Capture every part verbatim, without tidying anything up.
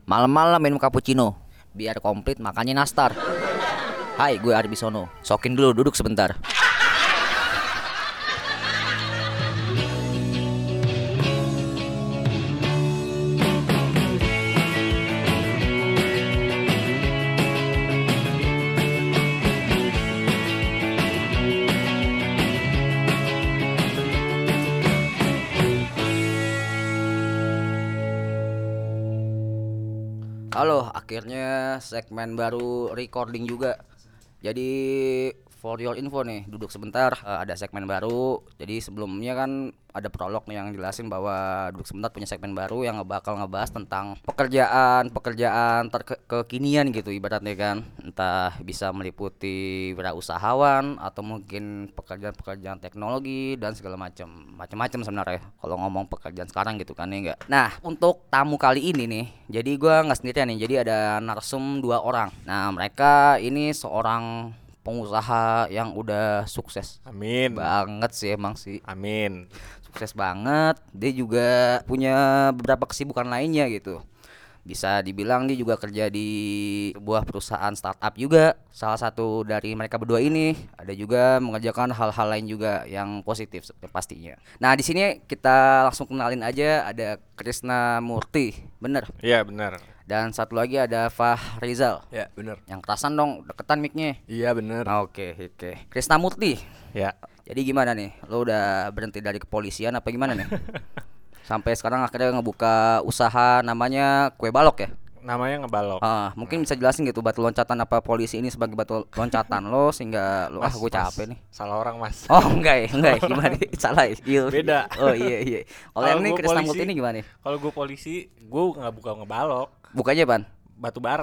Malam-malam minum cappuccino. Biar komplit makannya nastar. Hai, gue Arbisono. Sokin dulu, duduk sebentar. Halo, akhirnya segmen baru recording juga. Jadi for your info nih, duduk sebentar, eh, ada segmen baru. Jadi sebelumnya kan ada prolog nih yang jelasin bahwa duduk sebentar punya segmen baru yang bakal ngebahas tentang pekerjaan-pekerjaan terkekinian gitu ibaratnya kan. Entah bisa meliputi wirausahawan atau mungkin pekerjaan-pekerjaan teknologi dan segala macam. Macam-macam sebenarnya kalau ngomong pekerjaan sekarang gitu kan ya enggak. Nah, untuk tamu kali ini nih, jadi gua nggak sendirian nih. Jadi ada narsum dua orang. Nah, mereka ini seorang pengusaha yang udah sukses Amin. banget sih emang sih. Amin. Sukses banget. Dia juga punya beberapa kesibukan lainnya gitu. Bisa dibilang dia juga kerja di sebuah perusahaan startup juga. Salah satu dari mereka berdua ini ada juga mengerjakan hal-hal lain juga yang positif pastinya. Nah, di sini kita langsung kenalin aja, ada Krisna Murti. Bener? Iya benar. Dan satu lagi ada Fah Rizal. Ya benar. Yang kerasan dong, deketan mic-nya. Iya benar. Oke, oke. Krisna Murti. Ya. Jadi gimana nih? Lo udah berhenti dari kepolisian apa gimana nih? Sampai sekarang akhirnya ngebuka usaha namanya Kue Balok ya? Namanya ngebalok. Ah, mungkin bisa jelasin gitu batu loncatan apa polisi ini sebagai batu loncatan lo sehingga lo ah Mas, gue capek mas. nih. Salah orang mas. Oh enggak ya, enggak ya, gimana? Salah ya? Iya. Beda. Oh iya iya. Kalau yang Kalau ini gua Krisna polisi- Murti ini gimana nih? Kalau gue polisi, gue nggak buka ngebalok, Bukanya Pan? batu bara.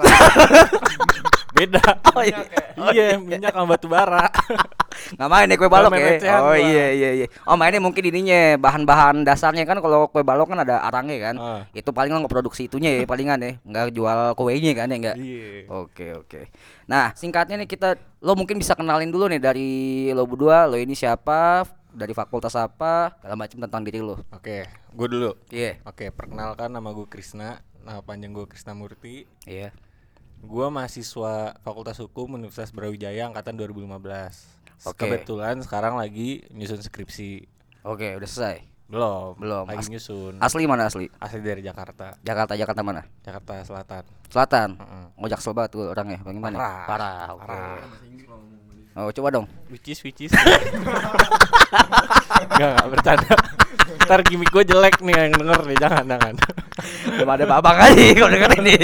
Beda. Oh iya. Iya, minyak sama batu bara. Nggak main nih kue balok Nggak main ya? recehan Oh gua. iya iya iya. Oh mainnya mungkin ininya bahan-bahan dasarnya kan kalau kue balok kan ada arangnya kan. Ah. Itu paling nggak produksi itunya ya palingan ya. Nggak jual kuenya kan ya enggak? Iya. Oke oke. Nah singkatnya nih kita lo mungkin bisa kenalin dulu nih dari lo berdua. Lo ini siapa? Dari fakultas apa? Segala macam tentang diri lo. Oke, gue dulu. Iya. Oke, perkenalkan nama gue Krisna. Nama panjang gue Krisna Murti. Iya. Gue mahasiswa Fakultas Hukum Universitas Brawijaya angkatan dua ribu lima belas. Oke. Kebetulan sekarang lagi nyusun skripsi. Oke udah selesai. Belum, Belum. lagi As- nyusun. Asli mana asli? Asli dari Jakarta, Jakarta Jakarta mana? Jakarta Selatan. Selatan. Heeh. Ngojak sobat tuh orangnya. Bagaimana? Parah. Parah. Oke. Parah. Oh coba dong. Which is, which is. Enggak, enggak bercanda. Ntar gimmick gue jelek nih yang denger nih, jangan, jangan. Belum ada babang aja kalau denger ini.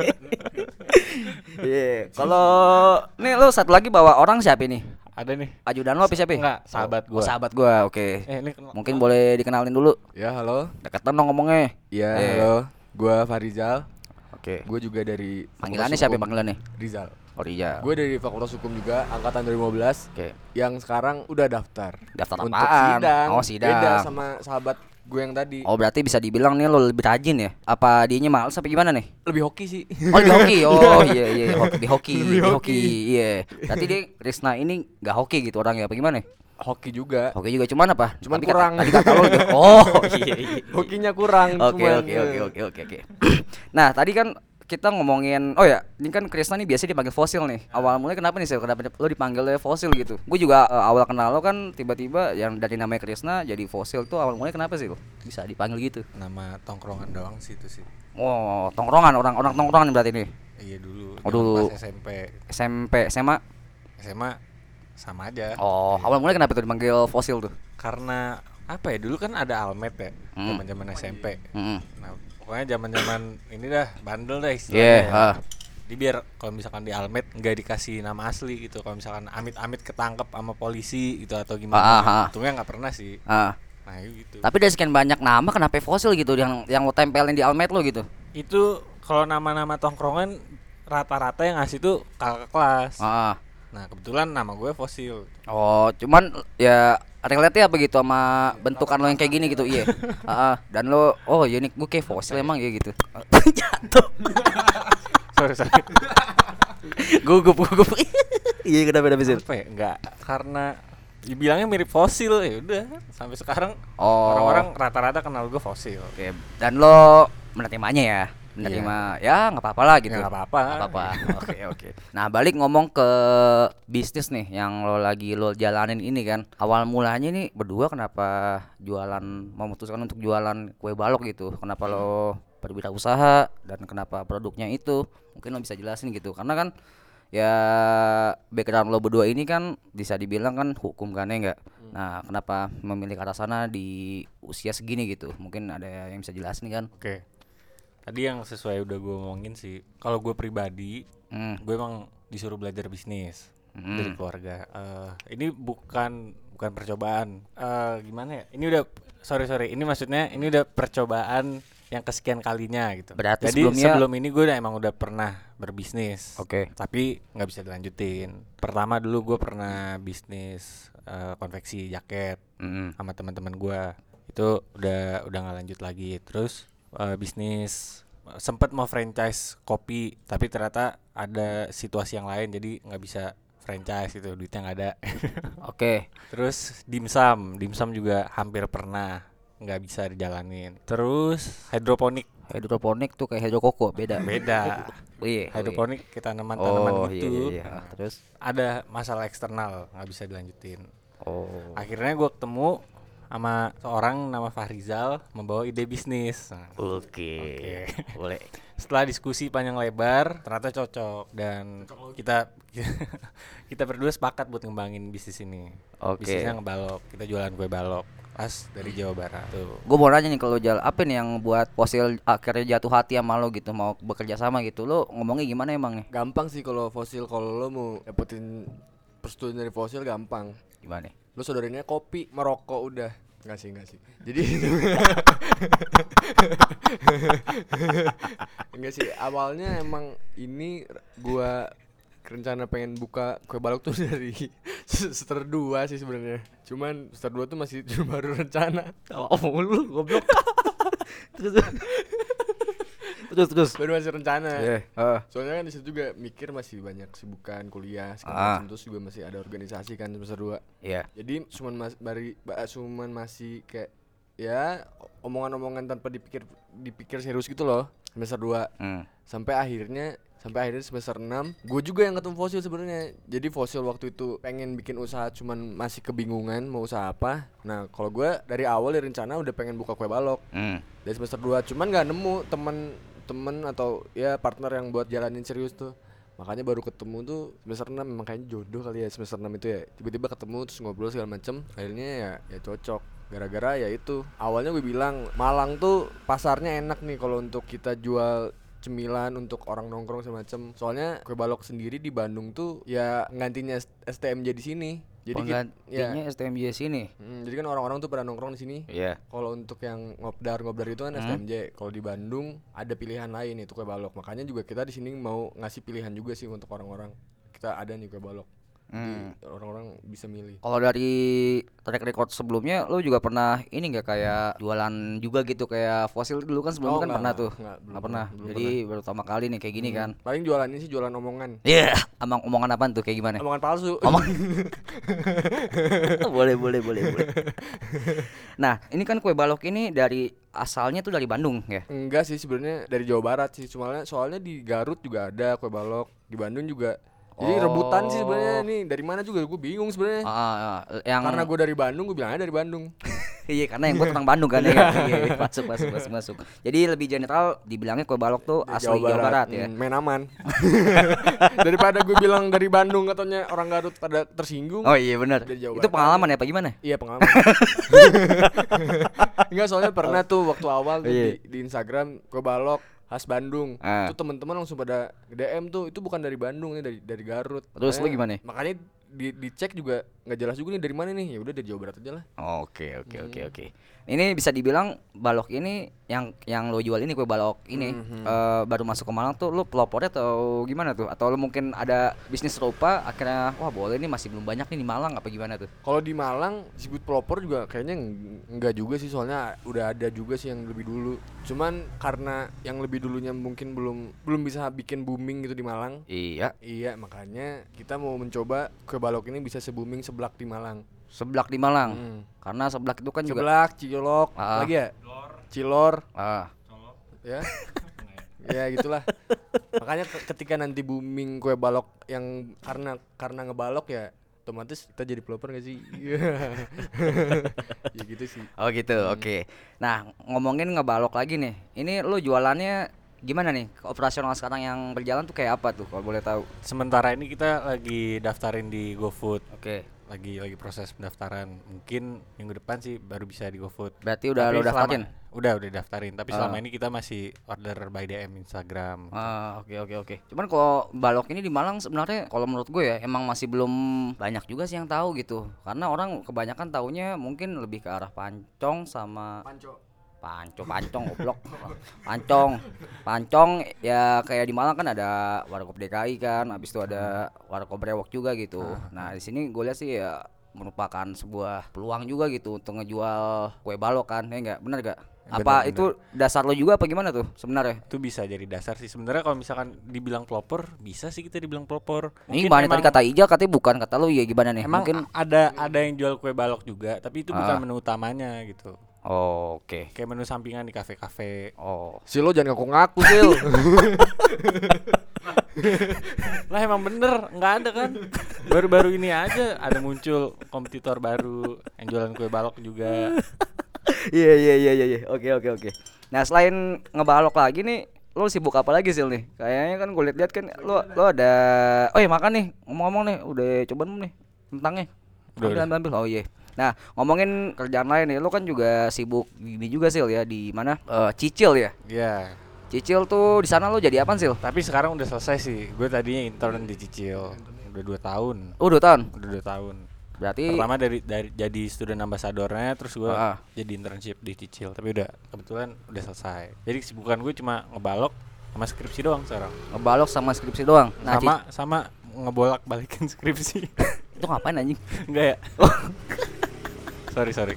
Iya. Kalau nih lo satu lagi bawa orang siapa ini? Ada nih. Ajudan lo apa siapa? Enggak, sahabat Oh, gua. sahabat gua. Oke. Eh, ini kenal- Mungkin boleh dikenalin dulu. Ya halo, Deketan dong ngomongnya. ya Eh. halo, gua Farizal, Oke. gue juga dari Panggilannya Fakultas siapa Hukum. panggilannya? Rizal. Oh Rizal. Gue dari Fakultas Hukum juga, angkatan dua ribu lima belas, Oke. yang sekarang udah daftar. Daftar untuk apaan? sidang. Oh, sidang. Beda sama sahabat gue yang tadi. Oh berarti bisa dibilang nih lo lebih rajin ya? Apa dianya males apa gimana nih? Lebih hoki sih. Oh di hoki, oh iya iya hoki di hoki, Lebih di hoki. hoki, iya. Berarti dia Krisna ini nggak hoki gitu orangnya apa gimana? Hoki juga. Hoki juga cuman apa? Cuman Tadi kurang. Kata, tadi kata lo gitu. Oh iya iya. Hokinya kurang. Oke cuman, oke oke oke oke oke. Nah tadi kan kita ngomongin, oh ya, ini kan Krisna nih biasanya dipanggil fosil nih. Awal mulai kenapa nih sih? Kenapa lo dipanggilnya fosil gitu? Gue juga uh, awal kenal lo kan tiba-tiba yang dari namanya Krisna jadi fosil tuh awal mulai kenapa sih lo bisa dipanggil gitu? Nama tongkrongan doang sih itu sih. Oh tongkrongan orang-orang tongkrongan berarti nih. Iya dulu. Oh, zaman dulu. Pas S M P, S M P, S M A. S M A sama aja. Oh awal mulai kenapa tuh dipanggil fosil tuh? Karena apa ya, dulu kan ada Almet ya, Hmm. zaman-zaman S M P. Mm-mm. Nah, pokoknya zaman-zaman ini dah bandel dah Iya. istilahnya. ah. Jadi biar kalau misalkan di Almet nggak dikasih nama asli gitu. Kalau misalkan amit-amit ketangkep sama polisi gitu atau gimana. Ah, ah, ah. Untungnya nggak pernah sih. Ah. Nah, gitu. Tapi dari sekian banyak nama kenapa fosil gitu yang yang lo tempelin di almet lo gitu? Itu kalau nama-nama tongkrongan rata-rata yang ngasih tuh kakak kelas. Ah. Nah, kebetulan nama gue Fosil. Oh, cuman ya relate apa gitu sama bentukan lo yang kayak gini gitu, iya. Heeh. Dan lo, oh ya ini gue kayak fosil emang ya gitu. Jatuh. Sorry, sorry. Gugup gugup. Iya kenapa kenapa sih? Apa ya? Enggak, karena dibilangnya mirip fosil ya udah sampai sekarang Oh. orang-orang rata-rata kenal gue Fosil. Oke. Dan lo menerimanya ya. menerima ya nggak apa-apa lah gitu. Ya, nggak apa-apa. Nggak apa-apa. Oke oke. Nah balik ngomong ke bisnis nih yang lo lagi lo jalanin ini kan. Awal mulanya nih berdua kenapa jualan memutuskan untuk jualan kue balok gitu? Kenapa lo berwirausaha dan kenapa produknya itu? Mungkin lo bisa jelasin gitu. Karena kan ya background lo berdua ini kan bisa dibilang kan hukum kan ya enggak. Nah kenapa memilih ke arah sana di usia segini gitu? Mungkin ada yang bisa jelasin kan? Oke. Tadi yang sesuai udah gue ngomongin sih. Kalau gue pribadi, Hmm. gue emang disuruh belajar bisnis Hmm. dari keluarga. Eh, ini bukan bukan percobaan. Eh, gimana ya? Ini udah sorry sorry. Ini maksudnya ini udah percobaan yang kesekian kalinya gitu. Berarti Jadi sebelumnya- sebelum ini gue udah emang udah pernah berbisnis. Oke. Tapi nggak bisa dilanjutin. Pertama dulu gue pernah bisnis eh, konveksi jaket Hmm. sama teman-teman gue. Itu udah udah nggak lanjut lagi. Terus eh, bisnis sempet mau franchise kopi, tapi ternyata ada situasi yang lain jadi nggak bisa franchise itu, duitnya nggak ada. Oke. Terus dimsum, dimsum juga hampir pernah nggak bisa dijalanin. Terus hidroponik Hidroponik tuh kayak hidrokoko beda. beda. Iya. Hidroponik kita tanaman-tanaman Oh gitu. iya, iya, iya. Terus Ada masalah eksternal nggak bisa dilanjutin. oh. Akhirnya gue ketemu sama seorang nama Fahrizal membawa ide bisnis. Nah, Oke. Oke. Boleh. setelah diskusi panjang lebar ternyata cocok dan kita kita berdua sepakat buat ngembangin bisnis ini. Oke. Bisnisnya ngebalok, kita jualan kue balok pas dari Jawa Barat tuh. Gue mau nanya nih kalau Jal, apa nih yang buat Fosil akhirnya jatuh hati sama lo gitu mau bekerja sama gitu? Lo ngomongnya gimana emang nih? Gampang sih kalau Fosil, kalau lo mau dapetin persetujuan dari Fosil gampang. Gimana nih? Lo saudaranya kopi, merokok udah. Enggak sih, enggak sih. Jadi enggak sih, awalnya emang ini gua rencana pengen buka kue balok tuh dari semester dua sih sebenarnya. Cuman semester dua tuh masih baru rencana. Oh, lu goblok. terus terus terus. Baru masih rencana. Iya. Heeh. Soalnya kan di situ juga mikir masih banyak kesibukan kuliah segala Ah. macam, terus juga masih ada organisasi kan semester dua. Iya. Jadi cuman mas bari ba- cuman masih kayak ya omongan-omongan tanpa dipikir dipikir serius gitu loh semester dua. Hmm. Sampai akhirnya sampai akhirnya semester enam gue juga yang ketemu Fosil sebenarnya. Jadi Fosil waktu itu pengen bikin usaha cuman masih kebingungan mau usaha apa. Nah, kalau gue dari awal dari rencana udah pengen buka kue balok. Hmm. Dari semester dua cuman nggak nemu temen-temen atau ya partner yang buat jalanin serius tuh. Makanya baru ketemu tuh semester enam, memang kayaknya jodoh kali ya semester enam itu ya. Tiba-tiba ketemu terus ngobrol segala macem, akhirnya ya ya cocok. Gara-gara ya itu. Awalnya gue bilang Malang tuh pasarnya enak nih kalau untuk kita jual cemilan untuk orang nongkrong semacam. Soalnya kue balok sendiri di Bandung tuh ya gantinya S T M J di sini. Jadi kit- Penggantinya ya. S T M J sini. Hmm, jadi kan orang-orang tuh pada nongkrong di sini. Iya. Kalau untuk yang ngobdar-ngobdar itu kan Hmm. S T M J. Kalau di Bandung ada pilihan lain itu kue balok. Makanya juga kita di sini mau ngasih pilihan juga sih untuk orang-orang. Kita ada nih kue balok. Hmm. Jadi orang-orang bisa milih. Kalau dari track record sebelumnya lo juga pernah ini nggak kayak jualan juga gitu kayak Fosil dulu kan sebelumnya Oh, kan enggak, pernah enggak, tuh. enggak, belum Nggak pernah. pernah, belum Jadi baru pertama kali nih kayak gini kan. Paling jualan ini sih jualan omongan. Iya, emang omongan apaan tuh kayak gimana? Omongan palsu. Omong. boleh, boleh, boleh, boleh. Nah, ini kan kue balok ini dari asalnya tuh dari Bandung ya. Enggak sih sebenarnya dari Jawa Barat sih. Soalnya soalnya di Garut juga ada kue balok, di Bandung juga. Jadi Oh. rebutan sih sebenarnya nih. Dari mana juga gue bingung sebenarnya. Ah, ah, ah, yang Karena gue dari Bandung, gue bilang aja dari Bandung. iya karena yang buat orang Bandung kan ya. Iya, iya, masuk, masuk, masuk, masuk. Jadi lebih general dibilangnya kue balok tuh Dari asli Jawa Barat, ya. Hmm, main aman. Daripada gue bilang dari Bandung katanya orang Garut pada tersinggung. Oh iya benar. Dari Jawa Itu Barat. pengalaman ya apa gimana? Iya pengalaman. Enggak, soalnya pernah tuh waktu awal tuh Iya. di, di Instagram kue balok khas Bandung. Ah. Itu teman-teman langsung pada D M tuh, itu bukan dari Bandung nih, dari dari Garut. Terus lu Makanya- gimana? Makanya di dicek juga nggak jelas juga nih dari mana nih. Ya udah dari Jawa Barat aja lah. Oke, oke, oke, Hmm. oke. Ini bisa dibilang balok ini yang yang lo jual ini kue balok ini Mhm. eh, baru masuk ke Malang tuh lo pelopornya atau gimana tuh? Atau lo mungkin ada bisnis serupa akhirnya wah boleh nih masih belum banyak nih di Malang apa gimana tuh? Kalau di Malang disebut pelopor juga kayaknya eng- enggak juga sih, soalnya udah ada juga sih yang lebih dulu. Cuman karena yang lebih dulunya mungkin belum belum bisa bikin booming gitu di Malang. Iya, Iya, makanya kita mau mencoba kue balok ini bisa se-booming seblak di Malang. seblak di Malang. Hmm. Karena seblak itu kan juga Seblak, cilok, Ah. lagi ya? Cilor, ah ya. Ya gitulah. Makanya ke- ketika nanti booming kue balok yang karena karena ngebalok ya otomatis kita jadi pelopor gak sih? Ya gitu sih. Oh gitu, oke. Nah, ngomongin ngebalok lagi nih. Ini lu jualannya gimana nih? Operasional sekarang yang berjalan tuh kayak apa tuh kalau boleh tahu? Sementara ini kita lagi daftarin di GoFood. Oke. Lagi lagi proses pendaftaran. Mungkin minggu depan sih baru bisa di GoFood. Berarti udah Tapi lo daftarin? selama- Udah, udah daftarin. Tapi Ah. selama ini kita masih order by D M Instagram. Ah, oke oke oke. Cuman kalau balok ini di Malang sebenarnya kalau menurut gue ya emang masih belum banyak juga sih yang tahu gitu. Karena orang kebanyakan taunya mungkin lebih ke arah pancong sama Panco. panco pancong goblok. Pancong. Pancong ya kayak di Malang kan ada Warkop D K I kan, habis itu ada Warkop Brewok juga gitu. Nah, di sini gue lihat sih ya merupakan sebuah peluang juga gitu untuk ngejual kue balok kan. Ya enggak? Bener gak? Apa Bener, itu dasar lo juga apa gimana tuh sebenarnya? Itu bisa jadi dasar sih. Sebenarnya kalau misalkan dibilang pelopor, bisa sih kita dibilang pelopor. Ini Mungkin bahannya tadi emang- kata Ija katanya bukan, kata lu ya gimana nih? Emang Mungkin a- ada ada yang jual kue balok juga, tapi itu bukan Ah. menu utamanya gitu. oh, oke. Kayak menu sampingan di kafe-kafe. Oh. Si lo jangan ngaku-ngaku Sil. Lah emang bener, nggak ada kan? Baru-baru ini aja ada muncul kompetitor baru yang jualan kue balok juga. Iya iya iya iya. Oke oke oke. Nah, selain ngebalok lagi nih, lu sibuk apa lagi Sil nih? Kayaknya kan gue liat-liat kan lu lu ada oh ya makan nih. Ngomong-ngomong nih, udah coba belum nih kentangnya? Udah, Ambil udah. ambil ambil. Oh iya. Nah, ngomongin kerjaan lain nih, lu kan juga sibuk ini juga Sil ya di mana? Eh, Cicil ya. Iya. Cicil tuh di sana lu jadi apaan Sil? Tapi sekarang udah selesai sih. Gue tadinya intern di Cicil. Udah dua tahun. Oh, dua tahun. Udah dua tahun. Berarti Pertama dari dari jadi student ambassadornya, terus gue Ah. jadi internship di Cicil. Tapi udah kebetulan udah selesai. Jadi kesibukan gue cuma ngebalok sama skripsi doang sekarang. ngebalok sama skripsi doang. Nah, sama sama ngebolak balikin skripsi. Ci- itu ngapain anjing? Enggak ya? sorry sorry.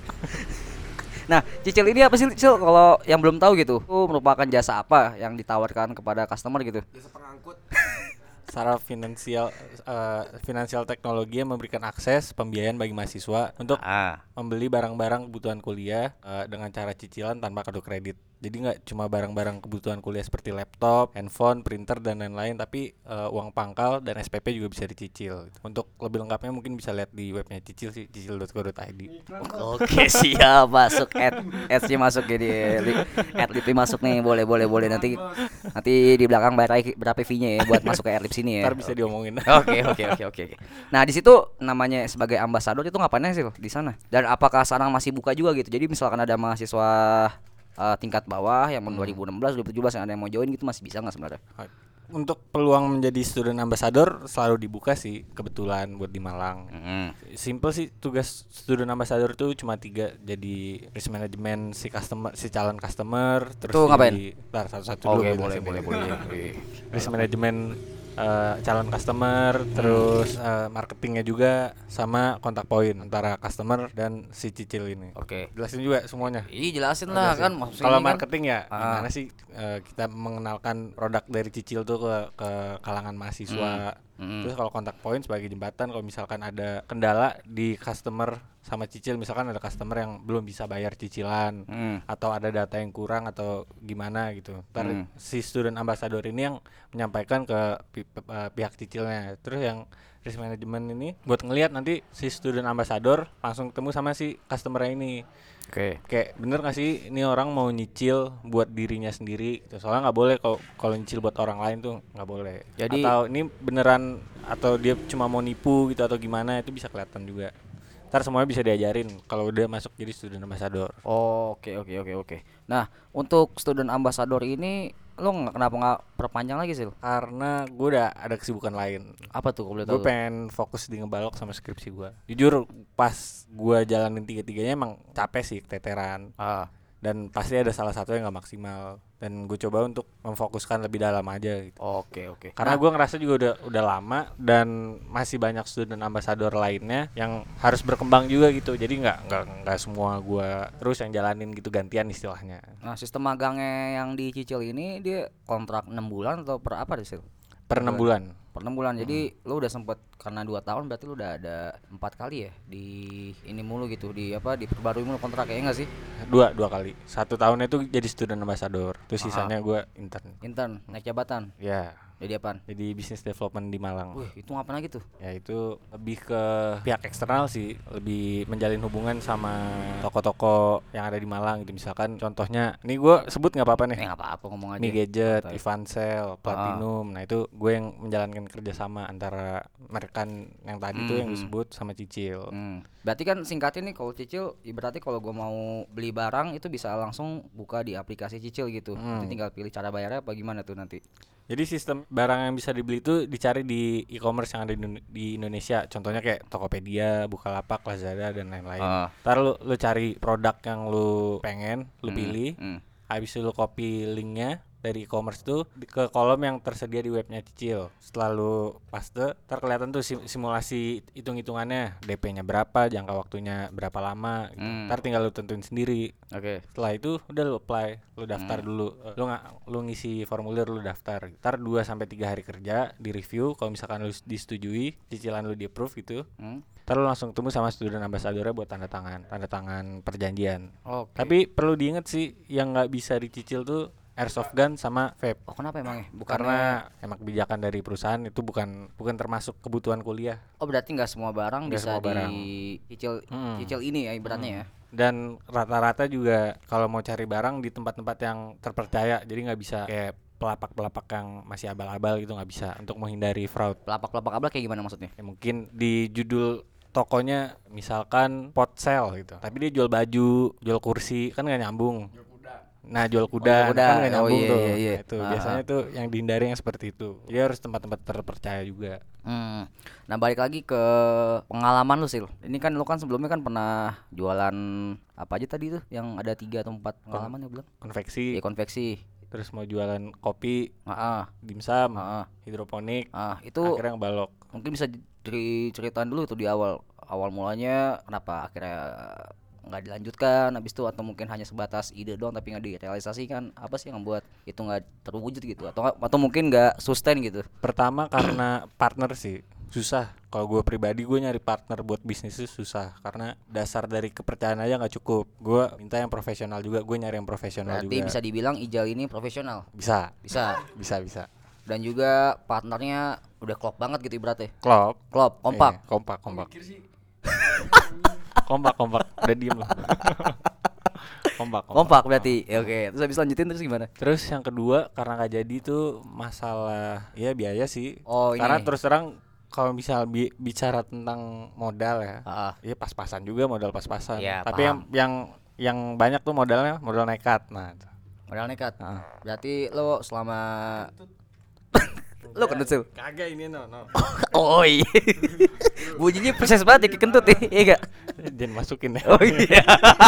Nah, Cicil ini apa sih Cicil kalau yang belum tahu gitu? Itu merupakan jasa apa yang ditawarkan kepada customer gitu? Jasa pengangkut. Secara finansial eh, finansial teknologi yang memberikan akses pembiayaan bagi mahasiswa untuk Ah. membeli barang-barang kebutuhan kuliah eh, dengan cara cicilan tanpa kartu kredit. Jadi nggak cuma barang-barang kebutuhan kuliah seperti laptop, handphone, printer dan lain-lain, tapi eh, uang pangkal dan S P P juga bisa dicicil. Untuk lebih lengkapnya mungkin bisa lihat di webnya Cicil sih, cicil dot co dot i d. Oke, siap, masuk ad ads-nya masuk jadi adlib masuk nih, boleh boleh boleh nanti nanti di belakang bayar lagi berapa fee-nya ya buat masuk ke adlib sini ya. Ntar bisa diomongin. Oke oke oke oke oke. Nah, di situ namanya sebagai ambasador itu ngapain sih di sana? Dan apakah sekarang masih buka juga gitu? Jadi misalkan ada mahasiswa uh, tingkat bawah yang mau dua ribu enam belas, dua ribu tujuh belas yang ada yang mau join gitu masih bisa nggak sebenarnya? Untuk peluang menjadi student ambassador selalu dibuka sih, kebetulan buat di Malang. Mm. Simple sih, tugas student ambassador tuh cuma tiga. Jadi risk management si customer, si calon customer. Terus Itu ngapain? jadi- Ntar satu-satu Oke, dulu gue boleh jelasin boleh ya. boleh. Risk management eh, calon customer, terus eh, marketingnya juga, sama kontak point antara customer dan si Cicil ini. Oke. Jelasin juga semuanya. Ih, jelasin lah kan maksudnya Kalau ini kan- marketing ya Ah. gimana sih eh, kita mengenalkan produk dari Cicil tuh ke ke kalangan mahasiswa. Hmm. Terus kalau kontak point sebagai jembatan kalau misalkan ada kendala di customer sama Cicil, misalkan ada customer yang belum bisa bayar cicilan Hmm. atau ada data yang kurang atau gimana gitu. Ntar Hmm. si student ambassador ini yang menyampaikan ke pi- pe- eh, pihak Cicilnya. Terus yang risk management ini buat ngelihat nanti si student ambassador langsung ketemu sama si customer ini. Oke. Kayak bener gak sih ini orang mau nyicil buat dirinya sendiri gitu. Soalnya nggak boleh kalau kalau nyicil buat orang lain tuh nggak boleh. Jadi- atau ini beneran atau dia cuma mau nipu gitu atau gimana, itu bisa kelihatan juga. Ntar semuanya bisa diajarin kalau udah masuk jadi student ambassador. Oh, oke oke oke oke. Nah, untuk student ambassador ini lo nggak kenapa nggak perpanjang lagi sih? Karena gue udah ada kesibukan lain. Apa tuh kalau boleh Gue tahu? pengen fokus di ngebalok sama skripsi gue. Jujur pas gue jalanin tiga-tiganya emang capek sih, keteteran. Ah. Dan pasti ada salah satu yang gak maksimal. Dan gue coba untuk memfokuskan lebih dalam aja gitu. Oke oke. Karena Nah, gue ngerasa juga udah udah lama dan masih banyak student ambassador lainnya yang harus berkembang juga gitu. Jadi nggak nggak nggak semua gue terus yang jalanin gitu, gantian istilahnya. nah, sistem magangnya yang dicicil ini dia kontrak enam bulan atau per apa sih? Per enam bulan. per enam bulan. Jadi lu udah sempet karena dua tahun berarti lu udah ada empat kali ya di ini mulu gitu, di apa diperbarui mulu kontrak ya enggak sih? Dua dua kali. Satu tahunnya itu jadi student ambassador. Terus sisanya gue intern. Intern naik jabatan. Ya. Jadi apaan? Jadi business development di Malang. Wih, itu ngapain lagi tuh? Ya itu lebih ke pihak eksternal sih, lebih menjalin hubungan sama toko-toko yang ada di Malang gitu. Misalkan contohnya, ini gue sebut nggak apa-apa nih. Eh nggak apa-apa ngomong aja. Mi Gadget, Santai. Ivancel, Platinum. Nah itu gue yang menjalankan kerjasama antara mereka yang tadi tuh yang Hmm. disebut sama Cicil. Hmm. Berarti kan singkatnya nih kalau Cicil, berarti kalau gua mau beli barang itu bisa langsung buka di aplikasi Cicil gitu. Hmm. Nanti tinggal pilih cara bayarnya apa gimana tuh nanti. Jadi sistem barang yang bisa dibeli itu dicari di e-commerce yang ada di, Indo- di Indonesia. Contohnya kayak Tokopedia, Bukalapak, Lazada dan lain-lain. Ah. Ntar lu, lu cari produk yang lu pengen, lu Hmm, pilih. hmm. Habis itu lu copy linknya dari e-commerce tuh di- ke kolom yang tersedia di webnya Cicil. Setelah lu paste, ntar kelihatan tuh sim- simulasi hitung-hitungannya, D P-nya berapa, jangka waktunya berapa lama gitu. Hmm. Ntar tinggal lu tentuin sendiri. Oke. Setelah itu udah lu apply, lu daftar Hmm. dulu. Eh, Lu nggak lu ngisi formulir, lu daftar. Ntar dua sampai tiga hari kerja di review, kalau misalkan lu disetujui, cicilan lu di-approve gitu. Hmm. Ntar lu langsung temu sama student ambassador buat tanda tangan, tanda tangan perjanjian. Oke. Tapi perlu diingat sih, yang nggak bisa dicicil tuh airsoft gun sama vape. Oh kenapa emangnya? Bukannya, Karena emang kebijakan dari perusahaan itu bukan bukan termasuk kebutuhan kuliah. oh berarti nggak semua barang Nggak bisa semua barang. dicicil Hmm. cicil ini ya ibaratnya ya. Dan rata-rata juga kalau mau cari barang di tempat-tempat yang terpercaya, jadi nggak bisa kayak pelapak-pelapak yang masih abal-abal gitu, nggak bisa, untuk menghindari fraud. Pelapak-pelapak abal kayak gimana maksudnya? Ya, mungkin di judul tokonya misalkan pot sale gitu, tapi dia jual baju, jual kursi, kan nggak nyambung. Nah jual kuda, jual kuda. kan nggak Oh, nyambung iya, tuh. iya, iya. Nah, itu Ah, biasanya tuh yang dihindari yang seperti itu. Dia harus tempat-tempat terpercaya juga. Hmm. Nah balik lagi ke pengalaman lu Sil. Ini kan lu kan sebelumnya kan pernah jualan apa aja tadi tuh? Yang ada tiga atau empat pengalaman ya bilang? Konveksi, Ya konveksi. terus mau jualan kopi, Ah, dimsum, ah, hidroponik, ah. Itu akhirnya ngebalok. mungkin bisa diceritain dulu tuh di awal awal mulanya kenapa akhirnya nggak dilanjutkan habis itu, atau mungkin hanya sebatas ide doang tapi nggak direalisasikan, apa sih yang membuat itu nggak terwujud gitu, atau atau mungkin nggak sustain gitu. Pertama karena partner sih susah. Kalau gue pribadi, gue nyari partner buat bisnis itu susah karena dasar dari kepercayaan aja nggak cukup. Gue minta yang profesional juga, gue nyari yang profesional Berarti juga. bisa dibilang Ijal ini profesional. Bisa, Bisa. bisa, bisa. Dan juga partnernya udah klop banget gitu ibaratnya. Klop, Klop, kompak. Iya, kompak, kompak. kompak, kompak. Udah diem loh. kompak, kompak. Kompak berarti. Ya, oke. Terus habis lanjutin terus gimana? Terus yang kedua karena nggak jadi tuh masalah ya biaya sih. Oh, ini. Karena terus terang kalau misal bi- bicara tentang modal ya, Ah, iya pas-pasan juga, modal pas-pasan. Iya, Tapi yang paham. yang yang banyak tuh modalnya modal nekat. Nah, itu. modal nekat. Heeh. Berarti lo selama lo kentut Sil. Kagak ini no, no. Oh iya. Bunyinya proses banget ya kayak kentut ya, iya gak? Jangan masukin ya. Oh iya.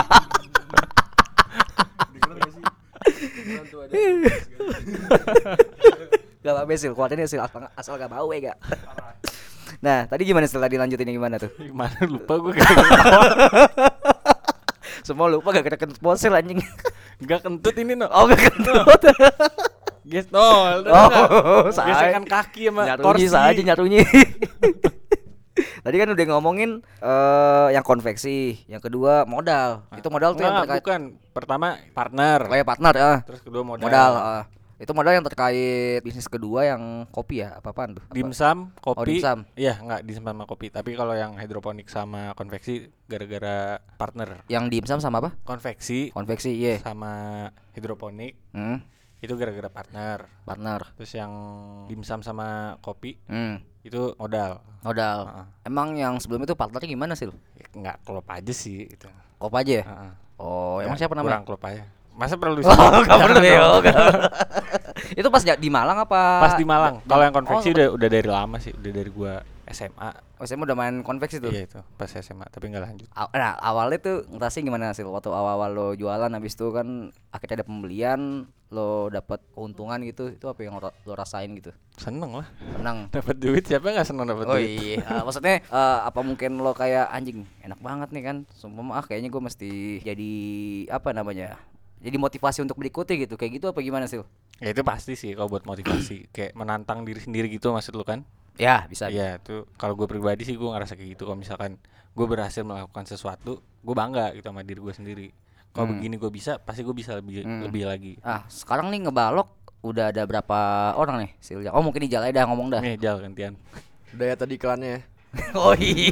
Gak apa-apa Sil, kuatin ya Sil, asal, asal gak bau ya gak? Nah tadi gimana setelah dilanjutinnya gimana tuh? Gimana lupa gue kagak. Semua lupa gak kena kentut ponsel anjing. Enggak kentut ini no. Oh gak kentut. Ges no. Oh, say. Gesekan kaki sama Nyarunyi torsi. saja nyarunyi. Tadi kan udah ngomongin eh yang konveksi, yang kedua modal. Itu modal tuh yang Enggak, terkait bukan. Pertama partner. kayak partner ya. Terus kedua modal. Modal. ah. Itu modal yang terkait bisnis kedua yang kopi ya, apa-apaan tuh? Apa? Dimsum, kopi. Oh, dimsum. Iya, enggak dimsum sama kopi. Tapi kalau yang hidroponik sama konveksi gara-gara partner. Yang dimsum sama apa? Konveksi Konveksi, iya. sama hidroponik Hmm, itu gara-gara partner. partner. Terus yang dimsum sama kopi Hmm, itu modal. modal. Heeh. Emang yang sebelum itu partnernya gimana sih? Ya, enggak klop aja sih itu. Kop aja ya? Heeh. Oh, emang Ya, siapa namanya? Kurang klop aja. Masa perlu Oh, enggak perlu ya. dong. oh, nggak. Itu pas ja- di Malang apa? Pas di Malang. Kalau yang konveksi Oh, udah udah dari lama sih, udah dari gua S M A. Oh, saya udah main konveksi tuh. Iya itu, pas S M A tapi nggak lanjut. Aw- Nah, awalnya tuh ngerasain gimana hasil waktu awal-awal lo jualan, habis itu kan akhirnya ada pembelian, lo dapat keuntungan gitu. Itu apa yang lo, lo rasain gitu? Seneng lah. Senang. Dapat duit, siapa nggak seneng dapat Oh duit? iya, Ah, maksudnya eh, apa mungkin lo kayak anjing enak banget nih kan? Sumpah ah kayaknya gue mesti jadi apa namanya? Jadi motivasi untuk berikutnya gitu. Kayak gitu apa gimana sih? Ya itu pasti sih kalau buat motivasi, kayak menantang diri sendiri gitu maksud lu kan? Ya, bisa. Iya, tuh kalau gue pribadi sih gue ngerasa kayak gitu. Kalau misalkan gue berhasil melakukan sesuatu, gue bangga gitu sama diri gue sendiri. Kalau Hmm. begini gue bisa, pasti gue bisa lebih Hmm. lebih lagi. Ah, sekarang nih ngebalok udah ada berapa orang nih, Silja? Oh, mungkin Ijal aja dah ngomong dah. Nih, Jal gantian. Udah ya tadi iklannya ya. Oh iya.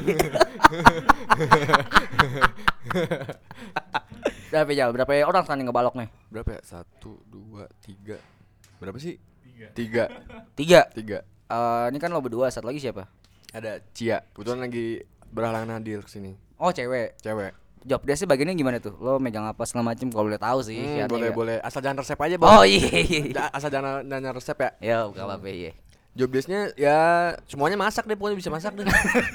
Berapa Jal? Berapa orang sekarang nih ngebalok nih? Berapa ya? Satu, dua, tiga. Berapa sih? Tiga. Tiga. Tiga. Eh, ini kan lo berdua, satu lagi siapa? Ada Cia. Kebetulan lagi berhalangan hadir kesini. Oh, cewek. Cewek. Job desk bagiannya gimana tuh? Lo megang apa segala macem kalau boleh tahu sih. Hmm, ya, boleh ya. boleh. Asal jangan resep aja, Bang. Oh iya. iya. Ja- Asal jangan jangan resep ya. Ya, enggak apa-apa iya. Job desk-nya ya semuanya masak deh, pokoknya bisa masak deh.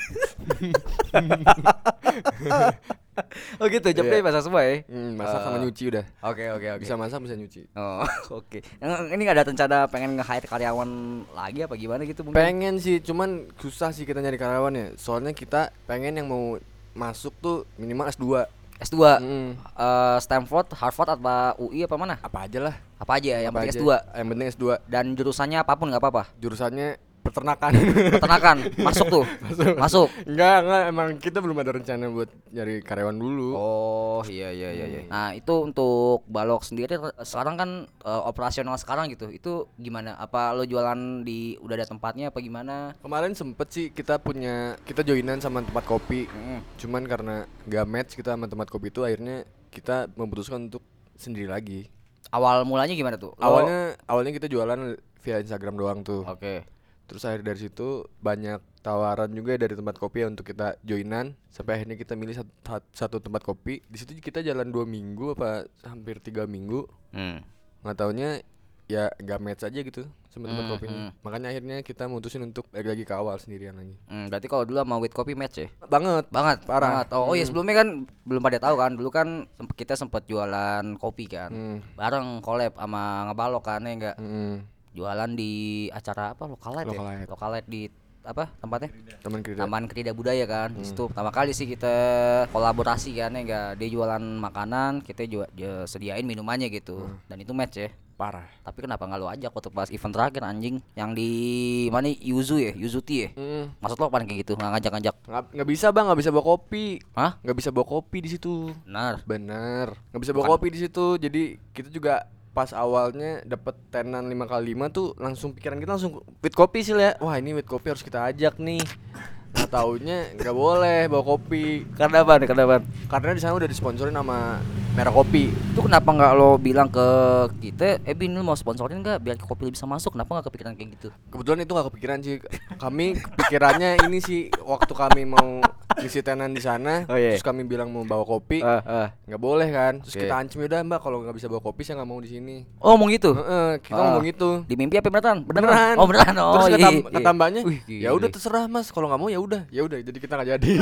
Oh gitu, job Iya. desk masak semua ya? Hmm, masak sama Eh, nyuci udah. Oke, oke, oke. Bisa masak, bisa nyuci. Oh, oke. Yang- Ini nggak ada rencana pengen nge-hire karyawan lagi apa gimana gitu mungkin? Pengen sih, cuman susah sih kita nyari karyawan ya. Soalnya kita pengen yang mau masuk tuh minimal S dua. S dua. Hmm. Eh, Stanford, Harvard apa U I apa mana? Apa aja lah. Apa aja yang Apa penting aja. S dua. Yang penting S dua. Dan jurusannya apapun nggak apa-apa. Jurusannya peternakan. Peternakan masuk tuh. Masuk. Enggak, enggak, emang kita belum ada rencana buat nyari karyawan dulu. Oh iya iya iya. iya. Nah itu untuk balok sendiri sekarang kan eh, operasional sekarang gitu. Itu gimana? Apa lo jualan di udah ada tempatnya apa gimana? Kemarin sempet sih kita punya kita joinan sama tempat kopi. Mm. Cuman karena gak match kita sama tempat kopi itu, akhirnya kita memutuskan untuk sendiri lagi. Awal mulanya gimana tuh? Lo- Awalnya awalnya kita jualan via Instagram doang tuh. Oke. Terus akhir dari situ banyak tawaran juga dari tempat kopi untuk kita joinan, sampai akhirnya kita milih satu, satu tempat kopi. Di situ kita jalan dua minggu apa hampir tiga minggu. Hmm. Nggak taunya ya nggak match aja gitu sama tempat Hmm, kopinya. hmm. Makanya akhirnya kita mutusin untuk balik lagi ke awal sendirian lagi. Hmm, berarti kalau dulu sama with coffee match ya? Banget. Banget, Parah. banget. Oh, oh iya Hmm. sebelumnya kan belum pada tahu kan. Dulu kan semp- kita sempat jualan kopi kan. Hmm. Bareng collab sama Ngebalok kan ya enggak? Hmm. Jualan di acara apa? Lokalite ya? Lokalite. Lokalite di apa tempatnya? Teman kerja. Taman Krida Budaya kan. Hmm. Di situ pertama kali sih kita kolaborasi kan ya enggak. Dia jualan makanan, kita juga dia sediain minumannya gitu. Hmm. Dan itu match ya. Parah. Tapi kenapa nggak lo ajak waktu pas event terakhir anjing yang di mana Yuzu ya, Yuzuti ya? Hmm. Maksud lo apaan kayak gitu? Nggak ngajak-ngajak? Nggak nggak bisa bang, nggak bisa bawa kopi. Hah? Nggak bisa bawa kopi di situ. Benar. Bener. Nggak bisa bawa Bukan. kopi di situ. Jadi kita juga pas awalnya dapat tenan lima kali lima tuh langsung pikiran kita langsung with kopi sih ya. Wah ini with kopi harus kita ajak nih. Nah taunya nggak boleh bawa kopi Karena apa? Karena apa? karena di sana udah disponsorin sama merek kopi. Itu kenapa nggak lo bilang ke kita, eh Bin lu mau sponsorin nggak biar kopi lu bisa masuk? Kenapa nggak kepikiran kayak gitu? Kebetulan itu nggak kepikiran sih. Kami kepikirannya ini sih waktu kami mau ngisi tenan di sana. Oh, iya. Terus kami bilang mau bawa kopi. Ah, ah. Nggak boleh kan. Terus Oke. kita ancam udah mbak kalau nggak bisa bawa kopi saya nggak mau di sini. Oh ngomong gitu? Heeh, kita Ah. ngomong gitu. Di mimpi apa beneran? Beneran. Oh beneran. Oh Terus iya, kata, iya. kata mbaknya, Wih, ya gila. udah terserah mas, kalau nggak mau ya udah, ya udah. Jadi kita nggak jadi.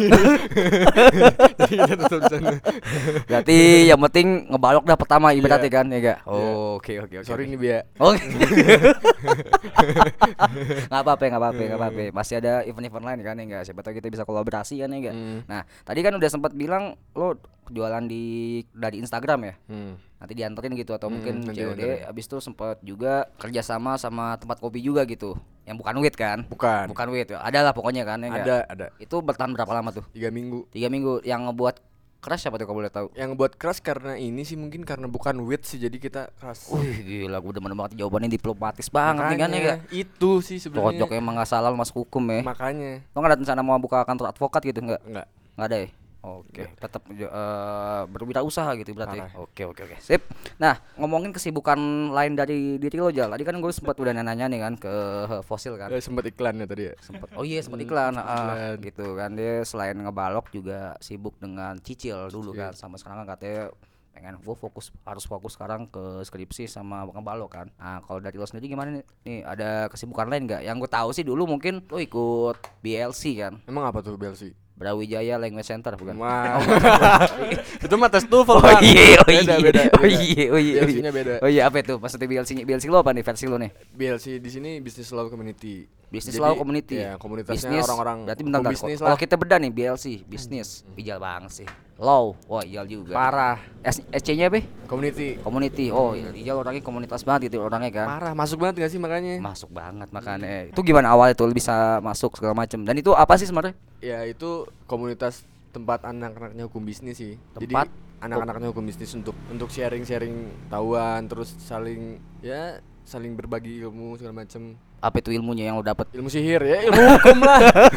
Jadi kita tetap di sana. Berarti yang penting ngebalok dah pertama ibaratnya Iya. kan ya gak? Iya. Oh oke oke oke. Sorry oke. nih Bia. Oh. Nggak apa-apa, nggak apa-apa, nggak apa-apa. Masih ada event-event lain kan ya enggak? Siapa tahu kita bisa kolaborasi kan ya enggak? Hmm. Nah, tadi kan udah sempat bilang lo jualan di dari Instagram ya? Hmm. Nanti dianterin gitu atau Hmm, mungkin nanti C O D. dianterin. Abis itu sempat juga kerjasama sama tempat kopi juga gitu. Yang bukan wit kan? Bukan. Bukan wit. Ada lah pokoknya kan ya enggak? Ada, ada. Itu bertahan berapa lama tuh? Tiga minggu. Tiga minggu. Yang ngebuat crash siapa tuh kalau boleh tahu? Yang buat keras karena ini sih mungkin karena bukan wit sih, jadi kita keras. Wih gila, gue demen banget jawabannya diplomatis banget nih kan ya enggak? Itu sih sebenarnya. Pojok emang nggak salah lu masuk hukum ya. Makanya. Lo nggak ada rencana mau buka kantor advokat gitu nggak? Enggak. Nggak ada ya? Oke, tetap uh, berwirausaha gitu berarti. Parah. Oke oke oke. Sip. Nah, ngomongin kesibukan lain dari diri lo Jal. Tadi kan gue sempat udah nanya nih kan ke Fosil kan. Eh, sempat iklannya tadi ya. Sempet, oh iya sempat iklan, ah, iklan. gitu kan dia selain ngebalok juga sibuk dengan cicil dulu Cicil. kan, sama sekarang kan katanya pengen gue fokus harus fokus sekarang ke skripsi sama ngebalok kan. Nah kalau dari lo sendiri gimana nih? Nih ada kesibukan lain nggak? Yang gue tahu sih dulu mungkin lo ikut B L C kan, Emang apa tuh B L C? Brawijaya Language Center bukan? Wah. Itu mah tes TOEFL, Oh Bang. iya, oh iya, Beda, beda, oh beda. iya, oh iya, B L C-nya beda. oh iya apa itu? Maksudnya B L C-nya, B L C lo apa nih versi lo nih? B L C di sini Business Law Community. Bisnis Jadi, law community. ya, komunitasnya Bisnis, orang-orang berarti bentar, hukum bentar. bisnis Kalau lah. kita beda nih B L C, bisnis, ijal banget sih. Law, wah ijal juga. Parah. S C-nya apa? Community. Community. Oh, ijal orangnya komunitas banget gitu orangnya kan. Parah, masuk banget gak sih makanya? Masuk banget makanya. Itu gimana awalnya tuh lu bisa masuk segala macam. Dan itu apa sih sebenarnya? Ya itu komunitas tempat anak-anaknya hukum bisnis sih. Tempat? Jadi anak-anaknya hukum bisnis untuk untuk sharing-sharing tahuan, terus saling ya saling berbagi ilmu segala macem. Apa itu ilmunya yang lu dapat? Ilmu sihir ya, ilmu hukum lah.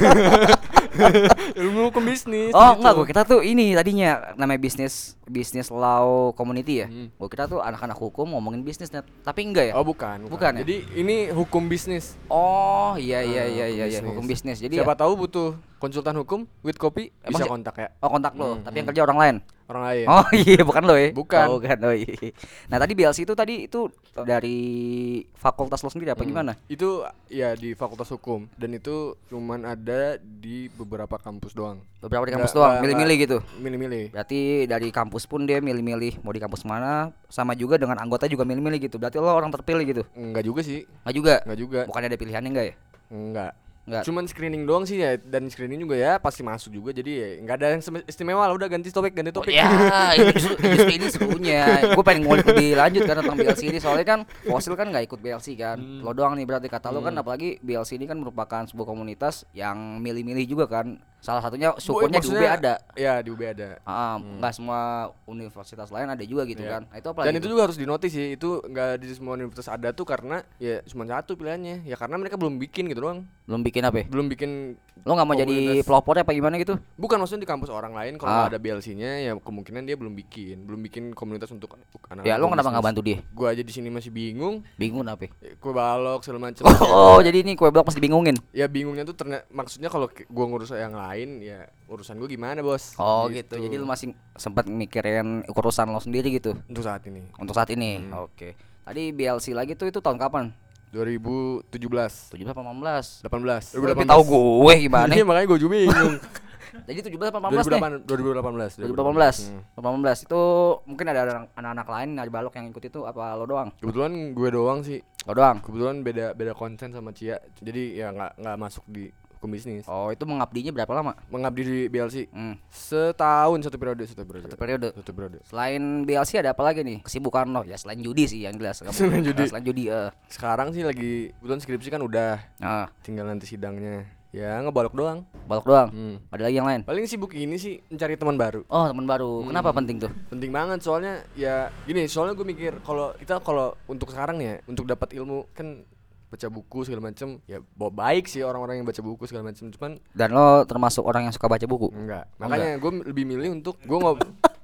Ilmu hukum bisnis. Oh gitu. enggak, gua kira tuh ini tadinya namanya bisnis bisnis law community ya. Hmm. Gua kira tuh anak-anak hukum ngomongin bisnis, net. Tapi enggak ya? Oh bukan, Bukan ya? Jadi ini hukum bisnis. Oh iya iya Ah, iya hukum iya iya, bisnis. hukum bisnis. Jadi Siapa ya, tahu butuh konsultan hukum with kopi Emang bisa si- kontak ya oh kontak lo, Hmm, tapi yang hmm. kerja orang lain. orang lain. Oh iya bukan lo ya? Bukan. Oh, bukan. Oh, iya. Nah tadi B L C itu tadi itu dari fakultas lo sendiri apa Hmm. gimana? Itu ya di Fakultas Hukum dan itu cuman ada di beberapa kampus doang. Beberapa di kampus Nggak- doang, nggak- milih-milih gitu. Milih-milih. Berarti dari kampus pun dia milih-milih mau di kampus mana, sama juga dengan anggota juga milih-milih gitu. Berarti lo orang terpilih gitu. Enggak juga sih. Enggak juga. Enggak juga. Bukannya ada pilihannya enggak ya? Enggak. Enggak. Cuman screening doang sih ya, dan screening juga ya pasti masuk juga, jadi ya nggak ada yang sem- istimewa lah. Udah ganti topik ganti Oh, topik. ya, ini justru, justru ini serunya. Gue pengen ngulik lebih lanjut kan tentang B L C ini. Soalnya kan Fosil kan nggak ikut B L C kan. Hmm. Lo doang nih berarti kata lo kan, apalagi B L C ini kan merupakan sebuah komunitas yang milih-milih juga kan. Salah satunya syukurnya di U B maksudnya- ada. Ya di U B ada. Ah, nggak semua universitas lain ada juga gitu Iya. kan. Nah, itu apa lagi? Dan itu juga harus dinotis sih. Itu nggak di semua universitas ada tuh karena ya cuma satu pilihannya. Ya karena mereka belum bikin gitu doang. belum bikin apa? Ya? Belum bikin. Lo nggak mau jadi Komunitas. pelopornya apa gimana gitu? Bukan, maksudnya di kampus orang lain kalau Ah. nggak ada B L C-nya ya kemungkinan dia belum bikin, belum bikin komunitas untuk anak-anak. Ya lo kenapa nggak bantu dia? Gua aja di sini masih bingung. Bingung apa? Eh, Kue balok segala macam. Oh, jadi ini kue blok pasti bingungin. Ya bingungnya tuh ternyata maksudnya kalau ke- gua ngurus yang lain ya urusan gua gimana, Bos? Oh gitu. Jadi lu masih sempat mikirin urusan lo sendiri gitu untuk saat ini untuk saat ini. Hmm. Oke. Tadi B L C lagi tuh itu tahun kapan? dua ribu tujuh belas tujuh belas apa delapan belas? delapan belas Lu lebih tahu gue gimana? Iya makanya gua juga bingung. Jadi tujuh belas apa delapan belas nih? dua ribu delapan belas dua ribu delapan belas. Hmm. delapan belas itu mungkin ada anak- anak-anak lain dari Balok yang ikut itu apa lo doang? Kebetulan gue doang sih. Lo doang. Kebetulan beda beda konten sama Cia. Jadi ya nggak nggak masuk di hukum bisnis. Oh, itu mengabdinya berapa lama? Mengabdi di B L C Hmm, setahun satu periode satu periode. satu periode. Satu periode. Selain B L C ada apa lagi nih? Kesibukan lo? Ya selain judi sih yang jelas. Kamu- Selain judi. Selain judi eh. Sekarang sih lagi kebetulan skripsi kan udah, Nah, tinggal nanti sidangnya. Ya ngebalok doang. Balok doang. Hmm. Ada lagi yang lain? Paling sibuk ini sih mencari teman baru. Oh, teman baru. Kenapa penting tuh? Penting banget soalnya ya gini, soalnya gue mikir kalau kita kalau untuk sekarang ya untuk dapat ilmu kan baca buku segala macem ya bo- baik sih orang-orang yang baca buku segala macem, cuman Dan lo termasuk orang yang suka baca buku? enggak. Makanya gue lebih milih untuk gue ngob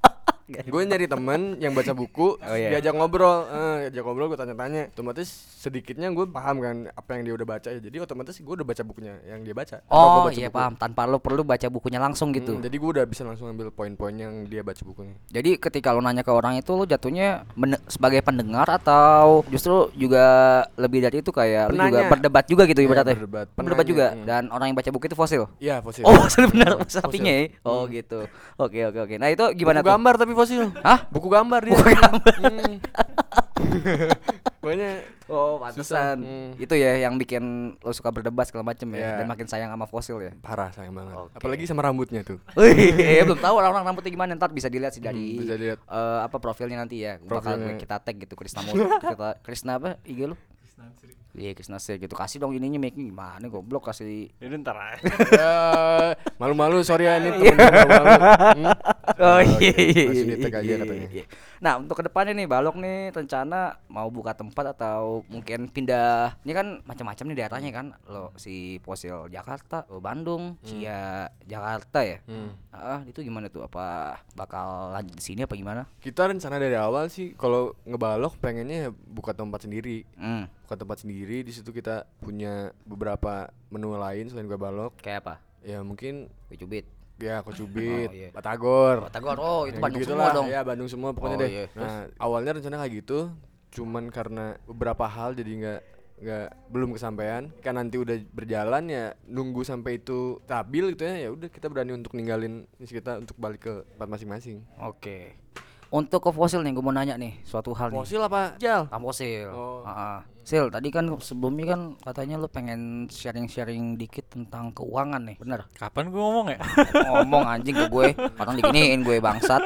gue nyari temen yang baca buku, Oh, iya. diajak ngobrol, eh, diajak ngobrol gue tanya-tanya, otomatis sedikitnya gue paham kan apa yang dia udah baca ya, jadi otomatis gue udah baca bukunya yang dia baca. Tanpa Oh gua baca iya buku. paham, tanpa lo perlu baca bukunya langsung gitu. Hmm, jadi gue udah bisa langsung ambil poin-poin yang dia baca bukunya. Jadi ketika lo nanya ke orang itu lo jatuhnya men- sebagai pendengar atau justru juga lebih dari itu kayak lo juga Penanya. berdebat juga gitu Iya, ibaratnya. berdebat. Berdebat Penanya, juga. hmm. Dan orang yang baca buku itu fosil. Iya fosil. Oh fosil benar Hmm, sapinya ya. Oh gitu. Oke oke oke. Nah itu Buku gimana tuh? gambar tapi fosil. Hah? Buku gambar dia. Buku gambar. Hmm. Pokoknya Oh Susah. pantesan. Hmm. Itu ya yang bikin lo suka berdebat segala macem ya. Iya. Dan makin sayang sama fosil ya. parah sayang banget. Oke. Apalagi sama rambutnya tuh. Wih, ya, belum tahu orang-orang rambutnya gimana, ntar bisa dilihat sih dari Hmm, bisa dilihat. eh, apa profilnya nanti ya. Bakal Profilnya. kita tag gitu Krisna Mul, kita Krisna apa I G lu? Iya Krisna Sri gitu. Kasih dong ininya making gimana goblok kasih. Ini ntar aja. Ya, malu-malu sorry ya ini temen malu-malu. Hmm? Oh Oke, iya iya masih iya, di tag aja iya, katanya. iya. Nah untuk kedepannya nih Balok nih rencana mau buka tempat atau mungkin pindah. Ini kan macam-macam nih daerahnya kan. Lo si Fosil Jakarta, lo Bandung, Cia Jakarta ya. Hmm. Ah itu gimana tuh? Apa bakal lanjut di sini apa gimana? Kita rencana dari awal sih kalau ngebalok pengennya ya buka tempat sendiri. Hmm, Buka tempat sendiri, di situ kita punya beberapa menu lain selain gue balok. kayak apa? Ya mungkin Cubit. ya kocubit, Oh, iya. batagor. Batagor. Oh itu Yang Bandung gitu-gitu semua lah. dong. Ya Bandung semua pokoknya Oh, deh. iya. Nah awalnya rencana kayak gitu, cuman karena beberapa hal jadi nggak nggak belum kesampaian. Kan nanti udah berjalan ya nunggu sampai itu stabil gitu ya. Ya udah kita berani untuk ninggalin misi kita untuk balik ke tempat masing-masing. Oke. Untuk ke fosil nih gue mau nanya nih suatu hal nih. Fosil apa? Jal. Ah, fosil. Oh. Ah, ah. Sil, tadi kan sebelumnya kan katanya lu pengen sharing-sharing dikit tentang keuangan nih, bener? Kapan gue ngomong ya? Ngomong anjing ke gue, kadang diginiin gue bangsat.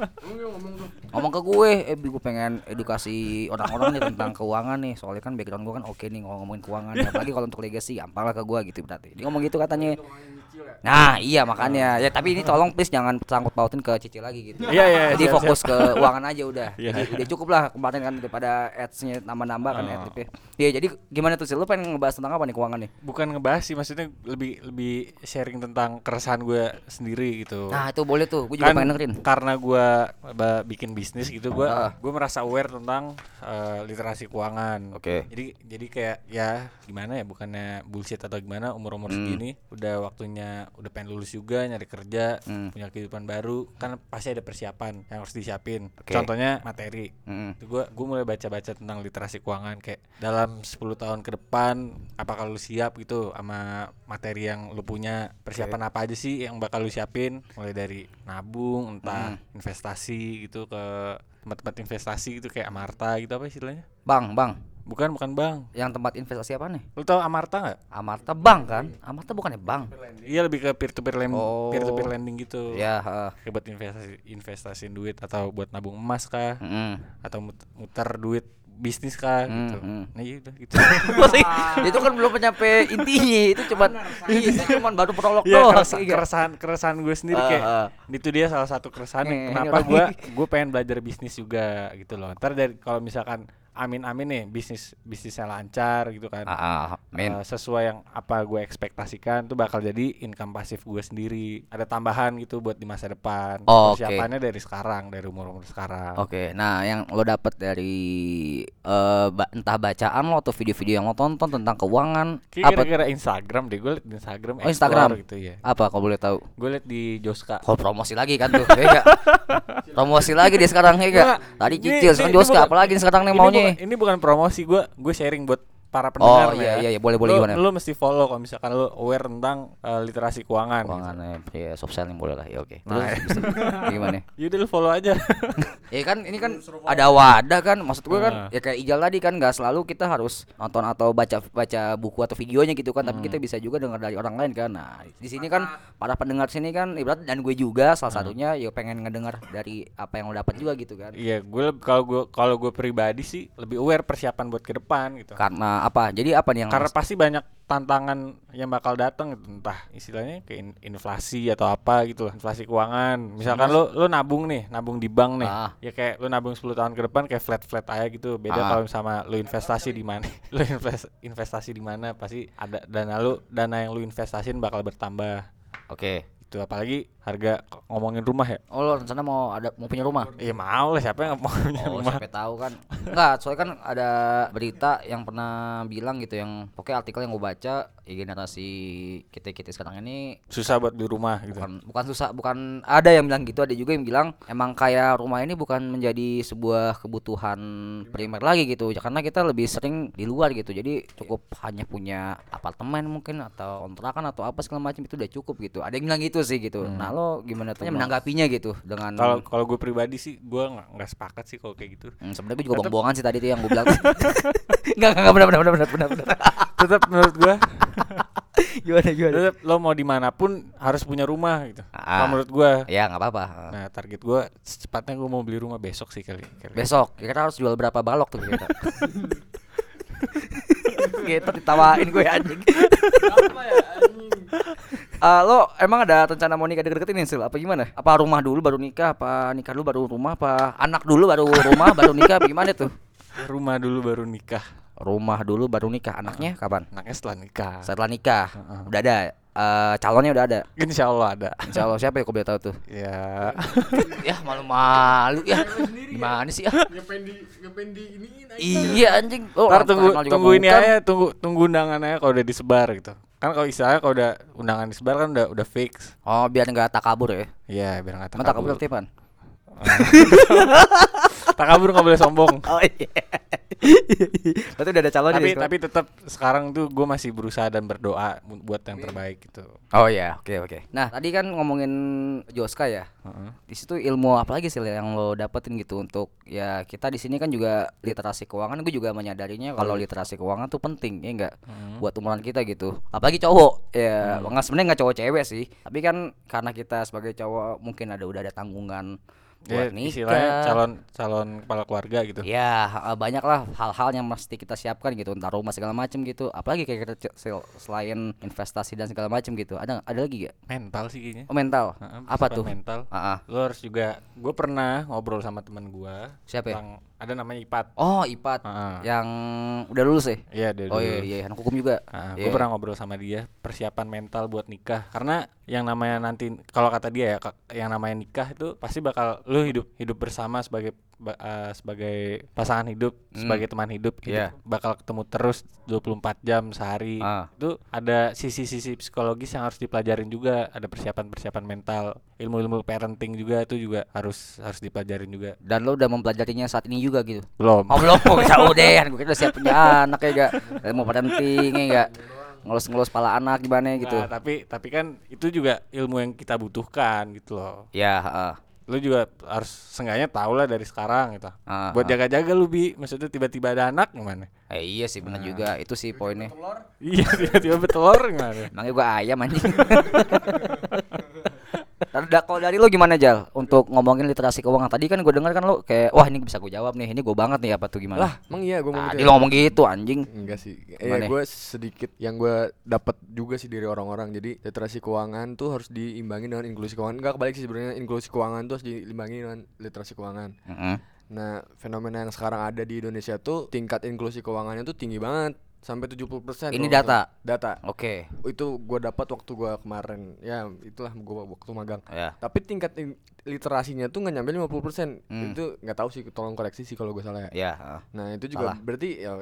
Ngomong ke gue, eh gue pengen edukasi orang-orang nih tentang keuangan nih. Soalnya kan background gue kan oke nih ngomongin keuangan. Apalagi kalau untuk legacy, gampang lah ke gue gitu berarti. Dia ngomong gitu katanya. Nah iya makanya ya, tapi ini tolong please jangan sangkut pautin ke cicil lagi gitu. Iya, iya, Jadi siap, fokus ke keuangan aja udah. Iya. Jadi udah cukup lah kemarin kan daripada ads-nya nambah-nambah kan Oh. ad lib-nya. Iya jadi gimana tuh sih, lu pengen ngebahas tentang apa nih keuangan nih? Bukan ngebahas sih, maksudnya lebih lebih sharing tentang keresahan gue sendiri gitu. Nah itu boleh tuh, gue juga Kan pengen dengerin. karena gue ba- bikin bisnis gitu, gue Ah. gue merasa aware tentang eh, literasi keuangan. Oke. Jadi jadi kayak ya gimana ya, bukannya bullshit atau gimana, umur-umur Hmm. segini udah waktunya udah pengen lulus juga, nyari kerja, Hmm. punya kehidupan baru, kan pasti ada persiapan yang harus disiapin. Oke. Contohnya materi. Mm-mm. Itu gue gue mulai baca-baca tentang literasi keuangan, kayak dalam sepuluh tahun ke depan apakah lu siap gitu sama materi yang lu punya, persiapan apa aja sih yang bakal lu siapin, mulai dari nabung, entah investasi gitu ke tempat-tempat investasi gitu kayak Amarta gitu, apa istilahnya? Bang, bang, Bukan bukan bang. yang tempat investasi apa nih? Lu tahu Amarta nggak? Amarta Bank kan? Amarta bukannya bank? Iya, lebih ke peer to peer lending, Oh. peer to peer lending gitu. Ya, heeh. Kayak buat investasi investasiin duit atau buat nabung emas kah, Mm-mm. atau mut- muter duit bisnis kah gitu. Mm, mm. Nah iya udah gitu. Itu kan belum nyampe intinya, itu cuman iya, itu cuman baru prolog Iya, doang. keresa- Iya. keresahan keresahan gue sendiri Ah, kayak ah. itu dia salah satu keresahan Nih, yang ini kenapa orang gue ini. gue pengen belajar bisnis juga gitu loh. Ntar dari kalau misalkan amin-amin nih bisnis bisnisnya lancar gitu kan, Ah, ah, men. eh, sesuai yang apa gue ekspektasikan tuh bakal jadi income pasif gue sendiri. Ada tambahan gitu buat di masa depan. Oh, oke. Persiapannya dari sekarang, dari umur-umur sekarang. Oke, nah yang lo dapat dari eh, ba- entah bacaan lo atau video-video yang lo tonton tentang keuangan Kayak apa? gara-gara Instagram deh, gue liat di Instagram, Oh, Instagram. explore gitu ya. Apa kalau boleh tahu? Gue liat di Joska. Oh promosi lagi kan tuh, ya enggak? Promosi lagi dia sekarang ya enggak? Tadi Ini- cicil, sekarang ini Joska, bukan- apalagi nih sekarang nih ini maunya? bukan, ini bukan promosi, gue gue sharing buat para pendengar. Oh iya ya. iya iya, boleh boleh Lu, gimana? lu mesti follow kalau misalkan lu aware tentang eh, literasi keuangan. Keuangan ya soft selling boleh lah ya, oke. Terus Nah. habis itu gimana? Yaudah lu follow aja. Ya kan ini kan ada wadah kan, maksud gue kan Ah. ya kayak Ijal tadi kan nggak selalu kita harus nonton atau baca baca buku atau videonya gitu kan, tapi Hmm. kita bisa juga dengar dari orang lain kan. Nah di sini kan para pendengar sini kan ibarat dan gue juga salah satunya ya pengen ngedengar dari apa yang lo dapat juga gitu kan. Iya, gue leb- kalau gue kalau gue pribadi sih lebih aware persiapan buat ke depan gitu. Karena apa? Jadi apa nih yang Karena pasti banyak tantangan yang bakal datang gitu, entah istilahnya kayak in- inflasi atau apa gitu lah, inflasi keuangan. Misalkan lu lu nabung nih, nabung di bank nih. Ah. Ya kayak lu nabung sepuluh tahun ke depan kayak flat-flat aja gitu. Beda Ah. kalau sama lu investasi di mana. Lu invest, investasi di mana pasti ada dana lu, dana yang lu investasiin bakal bertambah. Oke. Itu apalagi harga ngomongin rumah ya. Oh lo rencana mau ada mau punya rumah? Iya mau lah, siapa yang nggak mau punya Oh rumah. siapa tahu kan. Enggak, soalnya kan ada berita yang pernah bilang gitu yang pokoknya artikel yang gue baca ya generasi kita-kita sekarang ini Susah buat beli rumah gitu. bukan bukan susah, bukan ada yang bilang gitu, ada juga yang bilang emang kayak rumah ini bukan menjadi sebuah kebutuhan primer lagi gitu ya, karena kita lebih sering di luar gitu, jadi cukup hanya punya apartemen mungkin atau kontrakan atau apa segala macam itu udah cukup gitu, ada yang bilang gitu sih gitu. Nah lo gimana tuh menanggapinya gitu dengan Kalau kalau gue pribadi sih gue nggak nggak sepakat sih kalau kayak gitu. Hmm, sebenarnya gue juga bohong-bohongan sih tadi tuh yang gue bilang. Enggak enggak benar benar benar benar benar. Tetap menurut gue Gimana gimana? tetap lo mau dimanapun harus punya rumah gitu. Ah. Kalau menurut gue. Ya enggak apa-apa. Nah target gue secepatnya gue mau beli rumah besok sih kali. kali. Besok kita harus jual berapa balok tuh kita? Gitu ditawain gue anjing. Ah, lo emang ada rencana mau nikah deket-deket ini Sil? Apa gimana? Apa rumah dulu baru nikah? Apa nikah dulu baru rumah? Apa anak dulu baru rumah baru nikah? Apa gimana tuh? Rumah dulu baru nikah. Rumah dulu baru nikah. Anaknya kapan? Anaknya setelah nikah. Setelah nikah. Udah ada. Eh, calonnya udah ada. Insya Allah ada. Insya Allah siapa ya kau boleh tahu tuh? Ya. Ya malu-malu ya. Gimana sih ya? Ngapain di ngapain di iniin aja. Iya anjing. Oh, Ntar orang tunggu kenal juga tunggu ini bukan. aja, tunggu tunggu undangannya kalau udah disebar gitu. Kan kalau istilahnya kalau udah undangan disebar kan udah udah fix. Oh biar nggak takabur ya. Iya biar nggak Emang takabur artinya apaan? Takabur nggak boleh sombong. Oh iya. Berarti udah ada calon tapi ya, tapi tetap sekarang tuh gue masih berusaha dan berdoa buat yang terbaik gitu. Oh iya, oke oke. Nah, tadi kan ngomongin Joska ya. Heeh. Di situ ilmu apa lagi sih yang lo dapetin gitu untuk ya kita di sini kan juga literasi keuangan, gue juga menyadarinya kalau literasi keuangan tuh penting ya enggak buat umuran kita gitu. Apalagi cowok ya, nggak sebenarnya nggak cowok cewek sih, tapi kan karena kita sebagai cowok mungkin ada udah ada tanggungan Ya, buat istilahnya nikah. calon calon kepala keluarga gitu. Ya, eh, banyak lah hal-hal yang mesti kita siapkan gitu, entah rumah segala macem gitu. Apalagi kayak kita ce- sel- selain investasi dan segala macem gitu. Ada ada lagi gak? Mental sih kayaknya. Oh, mental. Heeh, Apa persiapan tuh? mental. Ah, ah. Lo harus juga, gue pernah ngobrol sama teman gue. Siapa ya? Ada namanya Ipat. Oh, Ipat. Heeh. Yang udah lulus ya? Iya dia Oh dulu. iya iya, anak hukum juga. Nah, Iya. gue pernah ngobrol sama dia persiapan mental buat nikah, karena yang namanya nanti kalau kata dia ya ka- yang namanya nikah itu pasti bakal lu hidup hidup bersama sebagai ba- eh, sebagai pasangan hidup, Hmm. sebagai teman hidup, hidup Iya. bakal ketemu terus dua puluh empat jam sehari. Ah. Itu ada sisi-sisi psikologis yang harus dipelajarin juga, ada persiapan-persiapan mental, ilmu-ilmu parenting juga itu juga harus harus dipelajarin juga. Dan lo udah mempelajarinya saat ini juga gitu. Belum. Oh belum, oh jauh deh. Gue kira udah siap punya anak ya gak. Mau parenting ya gak. Ngelus-ngelus pala anak gimana gitu. Nah, tapi tapi kan itu juga ilmu yang kita butuhkan gitu loh. Ya, heeh. Lu juga harus seenggaknya tahu lah dari sekarang gitu. Ah, Buat ah. jaga-jaga lu Bi, maksudnya tiba-tiba ada anak gimana? Eh iya sih benar juga, itu sih poinnya. Iya, tiba-tiba betelor gimana? Emangnya gua ayam anjing. Da- Kalau dari lo gimana Jal untuk ngomongin literasi keuangan? Tadi kan gue dengar kan lo kayak wah ini bisa gue jawab nih, ini gue banget nih apa tuh gimana? Lah, emang iya gue mau Tadi gitu lo ya? ngomong gitu anjing. Enggak sih. Gimana? Ya gue sedikit yang gue dapat juga sih dari orang-orang. Jadi literasi keuangan tuh harus diimbangi dengan inklusi keuangan. Enggak, kebalik sih sebenarnya, inklusi keuangan tuh harus diimbangi dengan literasi keuangan. Mm-mm. Nah, fenomena yang sekarang ada di Indonesia tuh tingkat inklusi keuangannya tuh tinggi banget, sampai tujuh puluh persen. Ini kalau nggak data? salah. Data. Oke. Itu gue dapat waktu gue kemarin. Ya, itulah gue waktu magang. Ya. Tapi tingkat in- literasinya tuh nggak nyampe lima puluh persen. Hmm. Itu nggak tahu sih, tolong koreksi sih kalau gue salah ya. Ya. ah. Nah itu juga Salah. berarti ya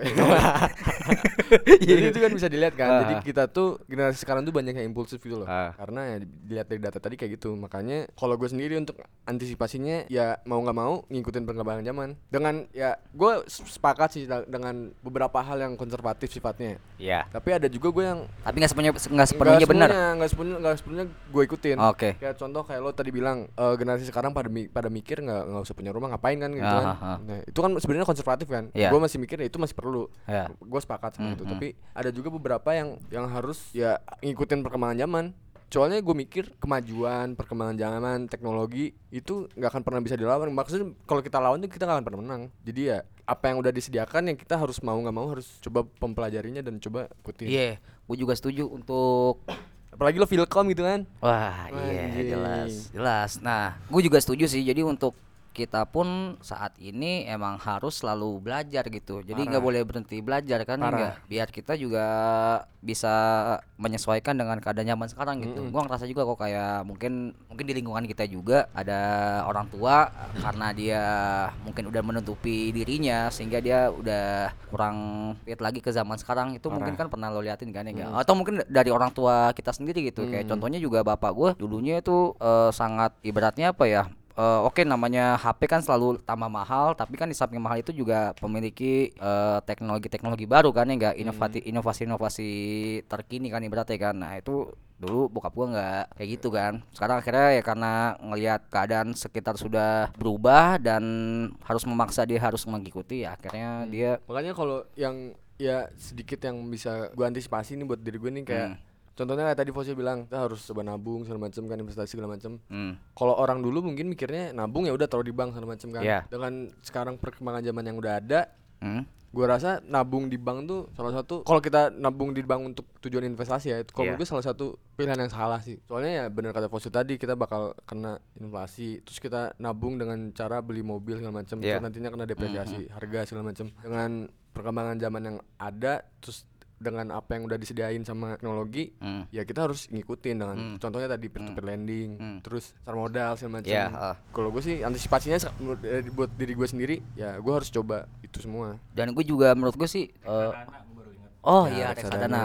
jadi itu kan bisa dilihat kan. Jadi Ah. kita tuh generasi sekarang tuh banyak yang impulsif gitu loh. Ah. Karena ya dilihat dari data tadi kayak gitu. Makanya kalau gue sendiri untuk antisipasinya ya mau nggak mau ngikutin perkembangan zaman. Dengan ya gue sepakat sih da- dengan beberapa hal yang konservatif sifatnya. Ya. Tapi ada juga gue yang Tapi nggak sepenuhnya nggak sepenuhnya benar. nggak sepenuhnya nggak sepenuhnya gue ikutin. Oke. Kayak contoh kayak lo tadi bilang eh, generasi sekarang pada mi- pada mikir nggak nggak usah punya rumah ngapain kan gitu kan. Ah, ah, ah. Nah, itu kan sebenarnya konservatif kan. Iya. Gue masih mikir ya itu masih perlu. Ya. Gue sepakat sama Hmm, itu. hmm. Tapi ada juga beberapa yang yang harus ya ngikutin perkembangan zaman. Soalnya gue mikir kemajuan, perkembangan zaman, teknologi itu nggak akan pernah bisa dilawan. Maksudnya kalau kita lawan tuh kita nggak akan pernah menang. Jadi ya apa yang udah disediakan yang kita harus mau nggak mau harus coba mempelajarinya dan coba ikutin. Iya, gue juga setuju untuk Apalagi lo Vilcom gitu kan. wah iya Anjing. jelas jelas. Nah, gue juga setuju sih. Jadi untuk kita pun saat ini emang harus selalu belajar gitu. Jadi nggak Parah. boleh berhenti belajar kan Parah. enggak. Biar kita juga bisa menyesuaikan dengan keadaan zaman sekarang gitu. Mm-mm. Gua ngerasa juga kok kayak mungkin mungkin di lingkungan kita juga ada orang tua karena dia mungkin udah menutupi dirinya sehingga dia udah kurang fit lagi ke zaman sekarang itu mungkin kan pernah lo liatin kan ya nggak? Atau mungkin dari orang tua kita sendiri gitu. Kayak Mm. contohnya juga bapak gue dulunya itu eh, sangat ibaratnya apa ya? Eh, Oke namanya H P kan selalu tambah mahal, tapi kan di samping mahal itu juga memiliki eh, teknologi-teknologi baru kan ya enggak inovasi inovasi-inovasi terkini kan ibaratnya kan. Nah itu dulu bokap gua nggak kayak gitu kan. Sekarang akhirnya ya karena ngelihat keadaan sekitar sudah berubah dan harus memaksa dia harus mengikuti ya akhirnya dia Makanya kalau yang ya sedikit yang bisa gue antisipasi nih buat diri gue nih kayak Hmm. contohnya kayak tadi Fosya bilang kita harus coba nabung segala macam kan, investasi segala macam. hmm, Kalau orang dulu mungkin mikirnya nabung ya udah taruh di bank segala macam kan. Iya. Dengan sekarang perkembangan zaman yang udah ada, hmm, gue rasa nabung di bank tuh salah satu, kalau kita nabung di bank untuk tujuan investasi ya, itu kalau Iya. menurut gue salah satu pilihan yang salah sih. Soalnya ya benar kata Fosya tadi, kita bakal kena inflasi, terus kita nabung dengan cara beli mobil segala macam, Iya. terus nantinya kena depresiasi harga segala macam. Dengan perkembangan zaman yang ada, terus dengan apa yang udah disediain sama teknologi, hmm. ya kita harus ngikutin dengan Hmm. contohnya tadi peer to peer lending, Hmm. terus pasar modal segala macam. Ya, ah. Kalau gue sih antisipasinya sa- menurut- eh, buat diri gue sendiri, ya gue harus coba itu semua. Dan gue juga menurut gue sih eh, oh Ya, iya reksadana. reksadana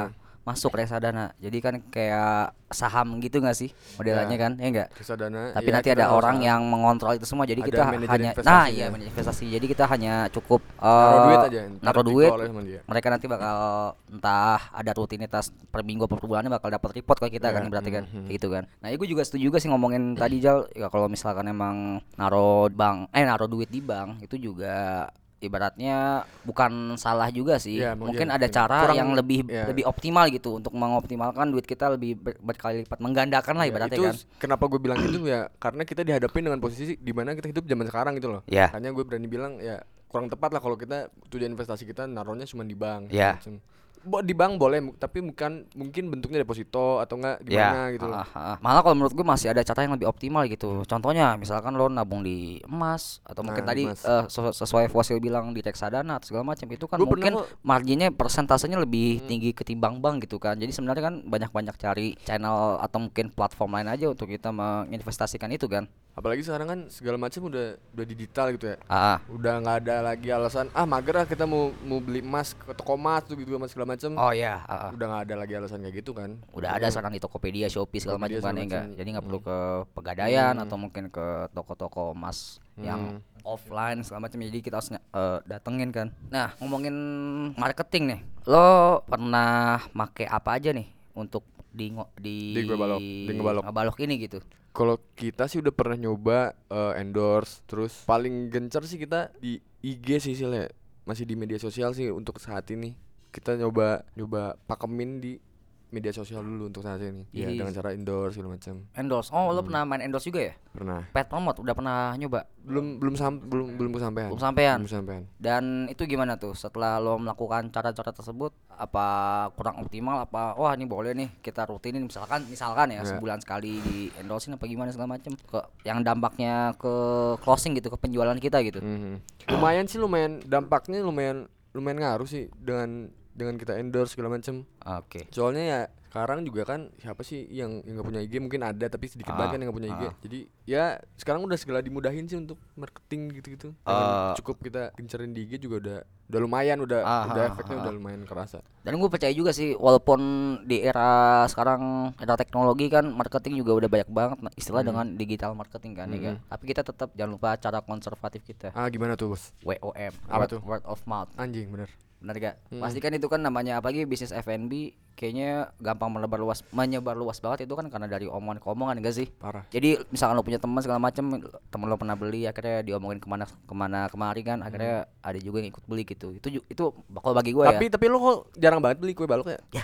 masuk reksadana. Jadi kan kayak saham gitu nggak sih modelannya Ya. kan? Ya enggak? Reksadana. Tapi ya, nanti kita ada nggak orang usah yang mengontrol itu semua. Jadi ada kita manajer hanya nah investasinya. iya manajer investasi. Jadi kita hanya cukup naruh eh, duit aja. ntar naruh duit. dikelola sama dia. Mereka nanti bakal entah ada rutinitas per minggu per bulannya bakal dapat report ke kita kan Iya, berarti kan mhm. kayak gitu kan. Nah, ya gue juga setuju juga sih ngomongin tadi Jal ya kalau misalkan emang naruh bank eh naruh duit di bank itu juga ibaratnya bukan salah juga sih. Ya, Mungkin mungkin. ada cara Kurang- yang lebih ya. lebih optimal gitu untuk mengoptimalkan duit kita lebih ber- berkali lipat menggandakan lah Ya, ibaratnya itu kan. kenapa gue bilang itu ya karena kita dihadapin dengan posisi di mana kita hidup zaman sekarang gitu loh. Ya. Makanya gue berani bilang ya kurang tepat lah kalau kita tujuan investasi kita naruhnya cuma di bank. Ya. Macem. Bo- di bank boleh mu- tapi bukan mungkin bentuknya deposito atau enggak gimana gitu loh. ah, ah, ah. Malah kalau menurut gue masih ada cara yang lebih optimal gitu. Contohnya misalkan lo nabung di emas atau mungkin Nah, tadi emas. eh, sesu- sesuai Fosil bilang di reksadana atau segala macam itu kan Gua pernah mungkin kok- marginnya persentasenya lebih tinggi ketimbang bank gitu kan. Jadi sebenarnya kan banyak-banyak cari channel atau mungkin platform lain aja untuk kita menginvestasikan itu kan. Apalagi sekarang kan segala macam udah udah digital gitu ya. Ah, ah. Udah nggak ada lagi alasan ah mager ah kita mau mau beli emas ke toko emas tuh gitu sama segala macam. Oh ya, ah, ah. Udah nggak ada lagi alasan kayak gitu kan. Udah ada sekarang di Tokopedia, Shopee segala macam Tokopedia kan segala ya enggak. macam. Jadi nggak perlu ke Pegadaian atau mungkin ke toko-toko emas yang offline segala macam. Jadi kita harus eh, datengin kan. Nah, ngomongin marketing nih. Lo pernah make apa aja nih untuk di ngo- di Di Ngebalok, di Ngebalok. Ngebalok ini gitu. Kalau kita sih udah pernah nyoba eh, endorse, terus paling gencar sih kita di I G sih Sil, ya. Masih di media sosial sih untuk saat ini. Kita nyoba nyoba pakemin di media sosial dulu untuk saat ini. Ya Iya. dengan cara endorse segala macam. Endorse. Oh, lo pernah main endorse juga ya? Pernah. Pet promote udah pernah nyoba? Belum belum sam belum belum kesampaian. Belum sampean. Belum kesampaian. Dan itu gimana tuh setelah lo melakukan cara-cara tersebut apa kurang optimal apa wah ini boleh nih kita rutinin misalkan misalkan ya Ya. sebulan sekali di endorsein apa gimana segala macam ke yang dampaknya ke closing gitu ke penjualan kita gitu. Mhm. Lumayan sih lumayan dampaknya lumayan lumayan ngaruh sih dengan dengan kita endorse segala macam. Oke. Soalnya ya sekarang juga kan siapa sih yang yang nggak punya I G mungkin ada tapi sedikit Ah, banget kan yang nggak punya I G. ah. Jadi ya sekarang udah segala dimudahin sih untuk marketing gitu-gitu. Ah. Dengan cukup kita gencerin di I G juga udah udah lumayan udah Ah, udah ah, efeknya ah. udah lumayan kerasa. Dan gue percaya juga sih walaupun di era sekarang era teknologi kan marketing juga udah banyak banget nah, istilah Hmm. dengan digital marketing kan ya kan. Tapi kita tetap jangan lupa cara konservatif kita. Ah gimana tuh bos? W O M. Apa word, tuh? word of mouth. Anjing bener. Benar gak? Pasti kan itu kan namanya apalagi bisnis F and B kayaknya gampang menyebar luas menyebar luas banget itu kan karena dari omongan ke omongan enggak sih? Parah. Jadi misalkan lo punya teman segala macam, temen lo pernah beli akhirnya diomongin kemana kemana kemari kan, akhirnya ada juga yang ikut beli gitu. Itu ju- itu kalau bagi gue ya. Tapi tapi lo kok jarang banget beli kue balok ya? Ya.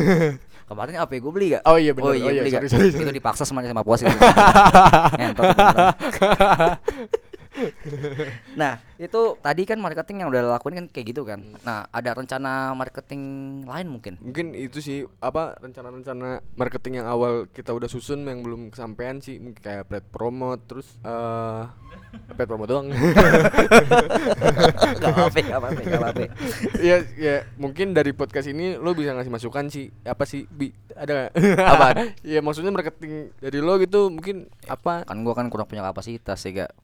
Kemarin apa ya gue beli gak? Oh iya bener. Oh iya, beli sorry, gak? sorry, sorry. Itu dipaksa semuanya sama puas itu. Ngentot itu beneran. Nah, itu tadi kan marketing yang udah lo lakuin kan kayak gitu kan. Nah, ada rencana marketing lain mungkin? Mungkin itu sih apa rencana-rencana marketing yang awal kita udah susun yang belum kesampaian sih mungkin kayak pet promote terus eh pet promote doang. Gak apa-apa, gak apa-apa, gak apa-apa. ya ya mungkin dari podcast ini lo bisa ngasih masukan sih apa sih bi ada gak? Apaan? Ya maksudnya marketing dari lo gitu mungkin apa Kan gua kan kurang punya kapasitas sih gak.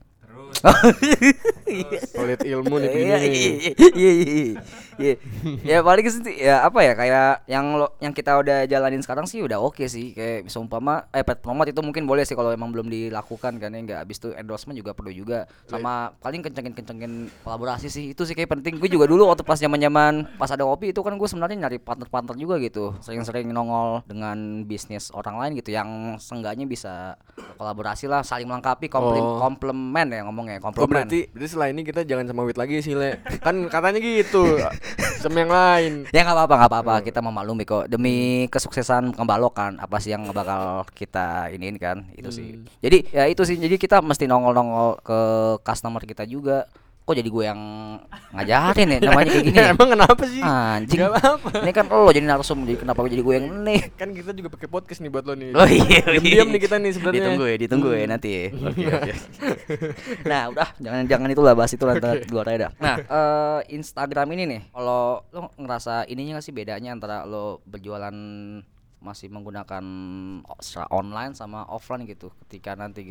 pelit ilmu nih Iya, begini nih. iya, iya, iya, iya. Ya paling sih ya apa ya kayak yang lo yang kita udah jalanin sekarang sih udah oke sih kayak bisa umpama eh pet promote itu mungkin boleh sih kalau emang belum dilakukan kan ya nggak habis itu endorsement juga perlu juga sama paling kencengin kencengin kolaborasi sih itu sih kayak penting gue juga dulu waktu pas zaman zaman pas ada kopi itu kan gue sebenarnya nyari partner-partner juga gitu sering-sering nongol dengan bisnis orang lain gitu yang seenggaknya bisa kolaborasi lah saling melengkapi komplem Oh. komplement ya ngomongnya Oh komplement. berarti berarti setelah ini kita jangan sama Wit lagi sih Le. Kan katanya gitu sama yang lain. Ya nggak apa-apa nggak apa-apa kita memaklumi kok demi kesuksesan Ngebalok kan apa sih yang bakal kita iniin kan itu sih jadi ya itu sih jadi kita mesti nongol-nongol ke customer kita juga kok jadi gue yang ngajarin ya namanya kayak gini ya? Emang kenapa sih? Anjing Gak apa-apa. ini kan lo jadi narsum jadi kenapa jadi gue yang nih Kan kita juga pakai podcast nih buat lo nih. oh iya Diam-diam nih kita nih sebenarnya. ditunggu ya ditunggu ya nanti ya. Oke, oke. Nah udah jangan jangan itulah bahas itu lantar luar aja dah. Nah eh, Instagram ini nih kalau lo ngerasa ininya nggak sih bedanya antara lo berjualan masih menggunakan o- secara online sama offline gitu ketika nanti gitu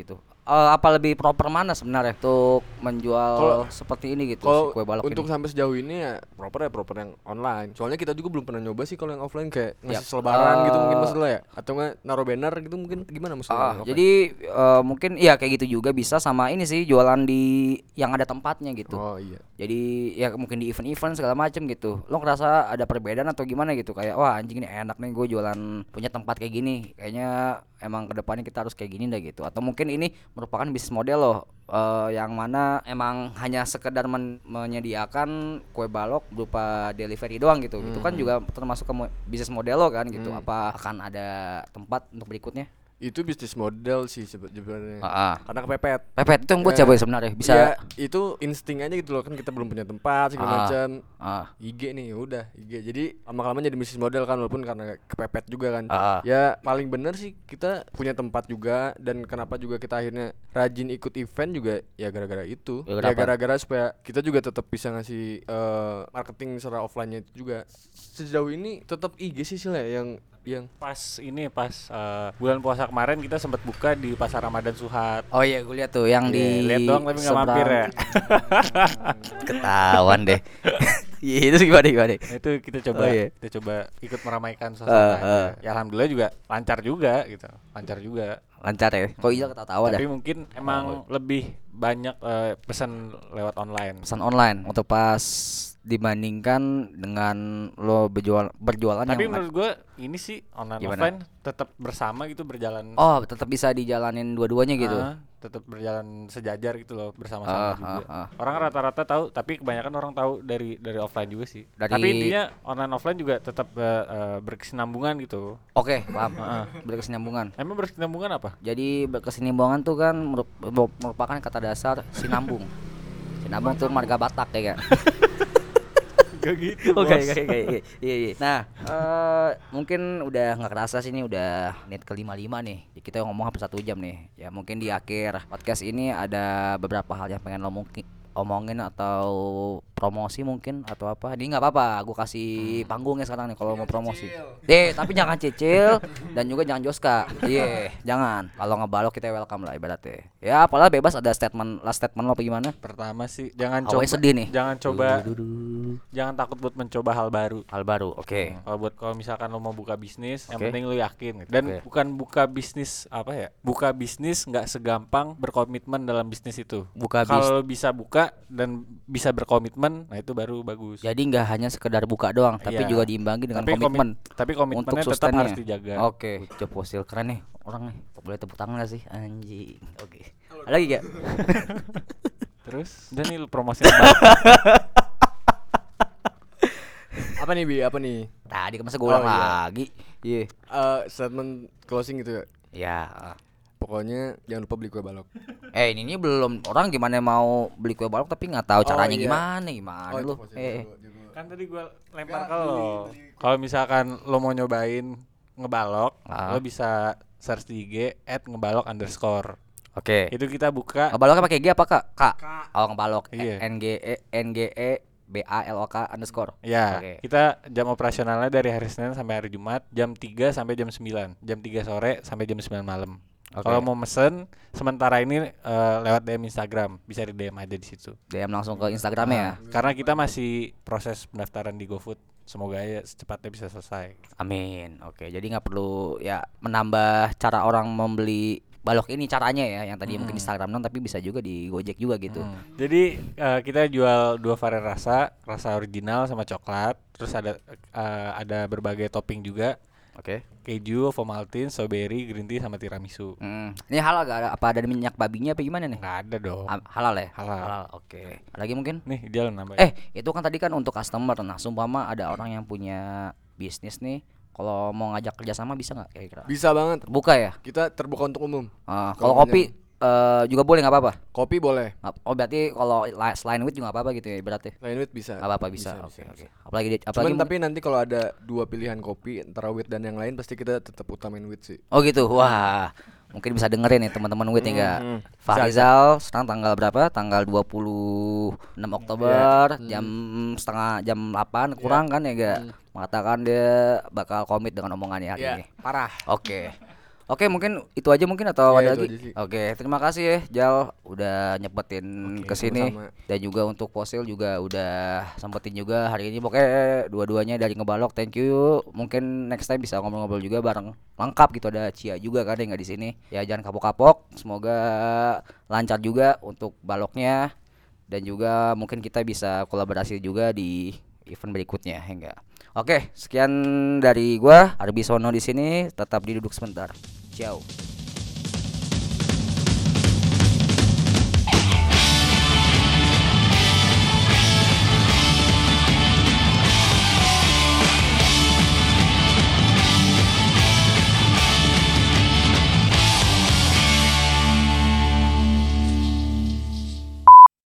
eh, apa lebih proper mana sebenarnya untuk menjual Kalau- seperti ini gitu Kalau si kue balok untuk ini? sampai sejauh ini ya proper ya proper yang online. Soalnya kita juga belum pernah nyoba sih kalau yang offline kayak ngasih Yap. selebaran gitu Eh, mungkin maksud lo ya, atau nggak naruh banner gitu mungkin gimana maksud lo? Ah, yang offline? jadi eh, mungkin iya kayak gitu juga bisa sama ini sih jualan di yang ada tempatnya gitu. Oh iya. Jadi ya mungkin di event-event segala macem gitu. Lo ngerasa ada perbedaan atau gimana gitu kayak wah anjing ini enak nih gue jualan punya tempat kayak gini. Kayaknya emang kedepannya kita harus kayak gini dah gitu. Atau mungkin ini merupakan bisnis model loh eh, yang mana emang hanya sekedar men- menyediakan kue balok berupa delivery doang gitu. Itu kan juga termasuk ke mo- bisnis model lo kan gitu. Apa akan ada tempat untuk berikutnya? Itu bisnis model sih sebe- sebenarnya. Ah, ah. Karena kepepet. Pepet itu yang buat Eh, siapa ya sebenarnya? Bisa Ya, itu insting aja gitu loh, kan kita belum punya tempat segala Ah. macam. ah, I G nih udah I G. Jadi lama-lama jadi bisnis model kan walaupun karena kepepet juga kan. Ah. Ya paling bener sih kita punya tempat juga, dan kenapa juga kita akhirnya rajin ikut event juga ya gara-gara itu. Ya, Ya kenapa? gara-gara supaya kita juga tetap bisa ngasih eh, marketing secara offline-nya itu juga. Sejauh ini tetap I G sih sih lah yang yang Pas ini pas eh, bulan puasa kemarin kita sempat buka di Pasar Ramadan Suhat. Oh iya gue lihat tuh yang Iya, di lihat doang tapi nggak mampir ya. Ketahuan deh. Iya itu gimana gimana? Nah, itu kita coba Oh, iya. kita coba ikut meramaikan Eh, suasana. eh. Ya alhamdulillah juga lancar juga gitu. Lancar juga. Lancar ya. Kok iya ketawa dah. Tapi mungkin emang lebih banyak eh, pesan lewat online. Pesan online untuk pas dibandingkan dengan lo berjual berjualan Tapi yang menurut gua ini sih online Gimana? offline tetap bersama gitu berjalan. oh tetap bisa dijalanin dua-duanya gitu. Ah, tetap berjalan sejajar gitu loh Ah, bersama-sama juga. ah, ah. Orang rata-rata tahu, tapi kebanyakan orang tahu dari dari offline juga sih. Dari- Tapi intinya online offline juga tetap eh, eh, berkesinambungan gitu. Oke, paham. Heeh. Berkesinambungan. Emang berkesinambungan apa? Jadi berkesinambungan tuh kan merup- merupakan kata dasar sinambung. Sinambung tuh marga Batak ya kan. Gak gitu. Oke oke oke iya iya. Nah eh mungkin udah nggak kerasa sih ini udah menit ke lima puluh lima nih. Kita ngomong hampir satu jam nih. Ya mungkin di akhir podcast ini ada beberapa hal yang pengen lo mungkin omongin atau promosi mungkin atau apa. Ini nggak apa-apa. Gue kasih panggungnya sekarang nih kalau mau promosi. Eh tapi jangan cicil dan juga jangan joska. Iya jangan. Kalau ngebalok kita welcome lah ibaratnya. Ya apalah bebas ada statement last statement lo apa gimana? Pertama sih jangan Awalnya coba sedih nih. jangan coba Dududu. jangan takut buat mencoba hal baru. Hal baru. Oke. Kalau buat kalau misalkan lo mau buka bisnis, yang Oke. penting lo yakin gitu. Dan Oke. bukan buka bisnis apa ya? Buka bisnis nggak segampang berkomitmen dalam bisnis itu. Buka bis- Kalau lo bisa buka dan bisa berkomitmen, nah itu baru bagus. Jadi nggak hanya sekedar buka doang, tapi Iya. juga diimbangi dengan Tapi komitmen komit- tapi untuk komitmennya tetap sustainnya. harus dijaga. Oke, Ucap Fosil keren nih orang nih. Boleh tepuk tangan gak sih? Anjing. Oke. Ada lagi gak? Terus, udah nih lo promosiin apa? apa nih Bi? Apa nih? Tadi kan masa gue ulang Oh, iya. lagi. Iya. Eh, statement closing gitu ya. Ya. Pokoknya jangan lupa beli kue balok. Eh ini, ini belum orang gimana mau beli kue balok tapi nggak tahu Oh, caranya iya. gimana gimana Oh, itu lu. posisi Eh. dulu, dulu. Kan tadi gua lempar ke lo. Kalau misalkan lo mau nyobain ngebalok, Ah. lo bisa search di I G at ngebalok underscore. Oke. Itu kita buka. Ngebaloknya pakai G apa Kak? Kak. Oh ngebalok. Iya. N G E N G E B A L O K underscore. Ya, Oke. kita jam operasionalnya dari hari Senin sampai hari Jumat jam tiga sampai jam sembilan. Jam tiga sore sampai jam sembilan malam. Oke. Kalau mau mesen sementara ini eh, lewat D M Instagram, bisa di D M aja di situ. D M langsung ke Instagramnya ya. Karena kita masih proses pendaftaran di GoFood. Semoga ya secepatnya bisa selesai. Amin. Oke, jadi nggak perlu ya menambah cara orang membeli balok ini caranya ya yang tadi mungkin Instagram non tapi bisa juga di Gojek juga gitu. Hmm. Jadi eh, kita jual dua varian rasa, rasa original sama coklat. Terus ada eh, ada berbagai topping juga. Oke. Keju, Ovomaltine, strawberry, green tea sama tiramisu. Hmm. Ini halal gak ada apa ada minyak babinya apa gimana nih? Nggak ada dong. Ha- Halal ya? Halal. Oke. Ada lagi mungkin? Nih dia lo nambah. Eh, itu kan tadi kan untuk customer. Nah, sumpama ada orang yang punya bisnis nih, kalau mau ngajak kerjasama bisa nggak kira-kira? Bisa banget. Buka ya? Kita terbuka untuk umum. Ah, Kalau kalau kopi eh, juga boleh nggak apa-apa? Kopi boleh. Nggak- Oh berarti kalau la- selain wheat juga nggak apa-apa gitu ya berarti? Lain wheat bisa. Nggak apa-apa bisa. Oke oke. Apalagi di- apalagi Cuman mungkin- tapi nanti kalau ada dua pilihan kopi antara wheat dan yang lain pasti kita tetap utamain wheat sih. Oh gitu. Wah. Mungkin bisa dengerin nih teman-teman wheat nih enggak? hmm. Farizal sekarang tanggal berapa? Tanggal dua puluh enam Oktober jam setengah jam delapan kurang kan ya enggak? Mengatakan dia bakal komit dengan omongannya hari Iya, ini. parah. Oke. Oke, mungkin itu aja mungkin atau Ya, ada itu lagi? aja sih. Oke, terima kasih ya Jal udah nyepetin Oke, ke sini sama-sama. dan juga untuk Fosil juga udah sempetin juga hari ini. Pokoknya dua-duanya dari Ngebalok, thank you. Mungkin next time bisa ngobrol-ngobrol juga bareng lengkap gitu, ada Cia juga kan yang nggak di sini. Ya jangan kapok-kapok. Semoga lancar juga untuk baloknya dan juga mungkin kita bisa kolaborasi juga di event berikutnya ya enggak. Oke, sekian dari gua Arbi Sono di sini, tetap diduduk sebentar. Ciao.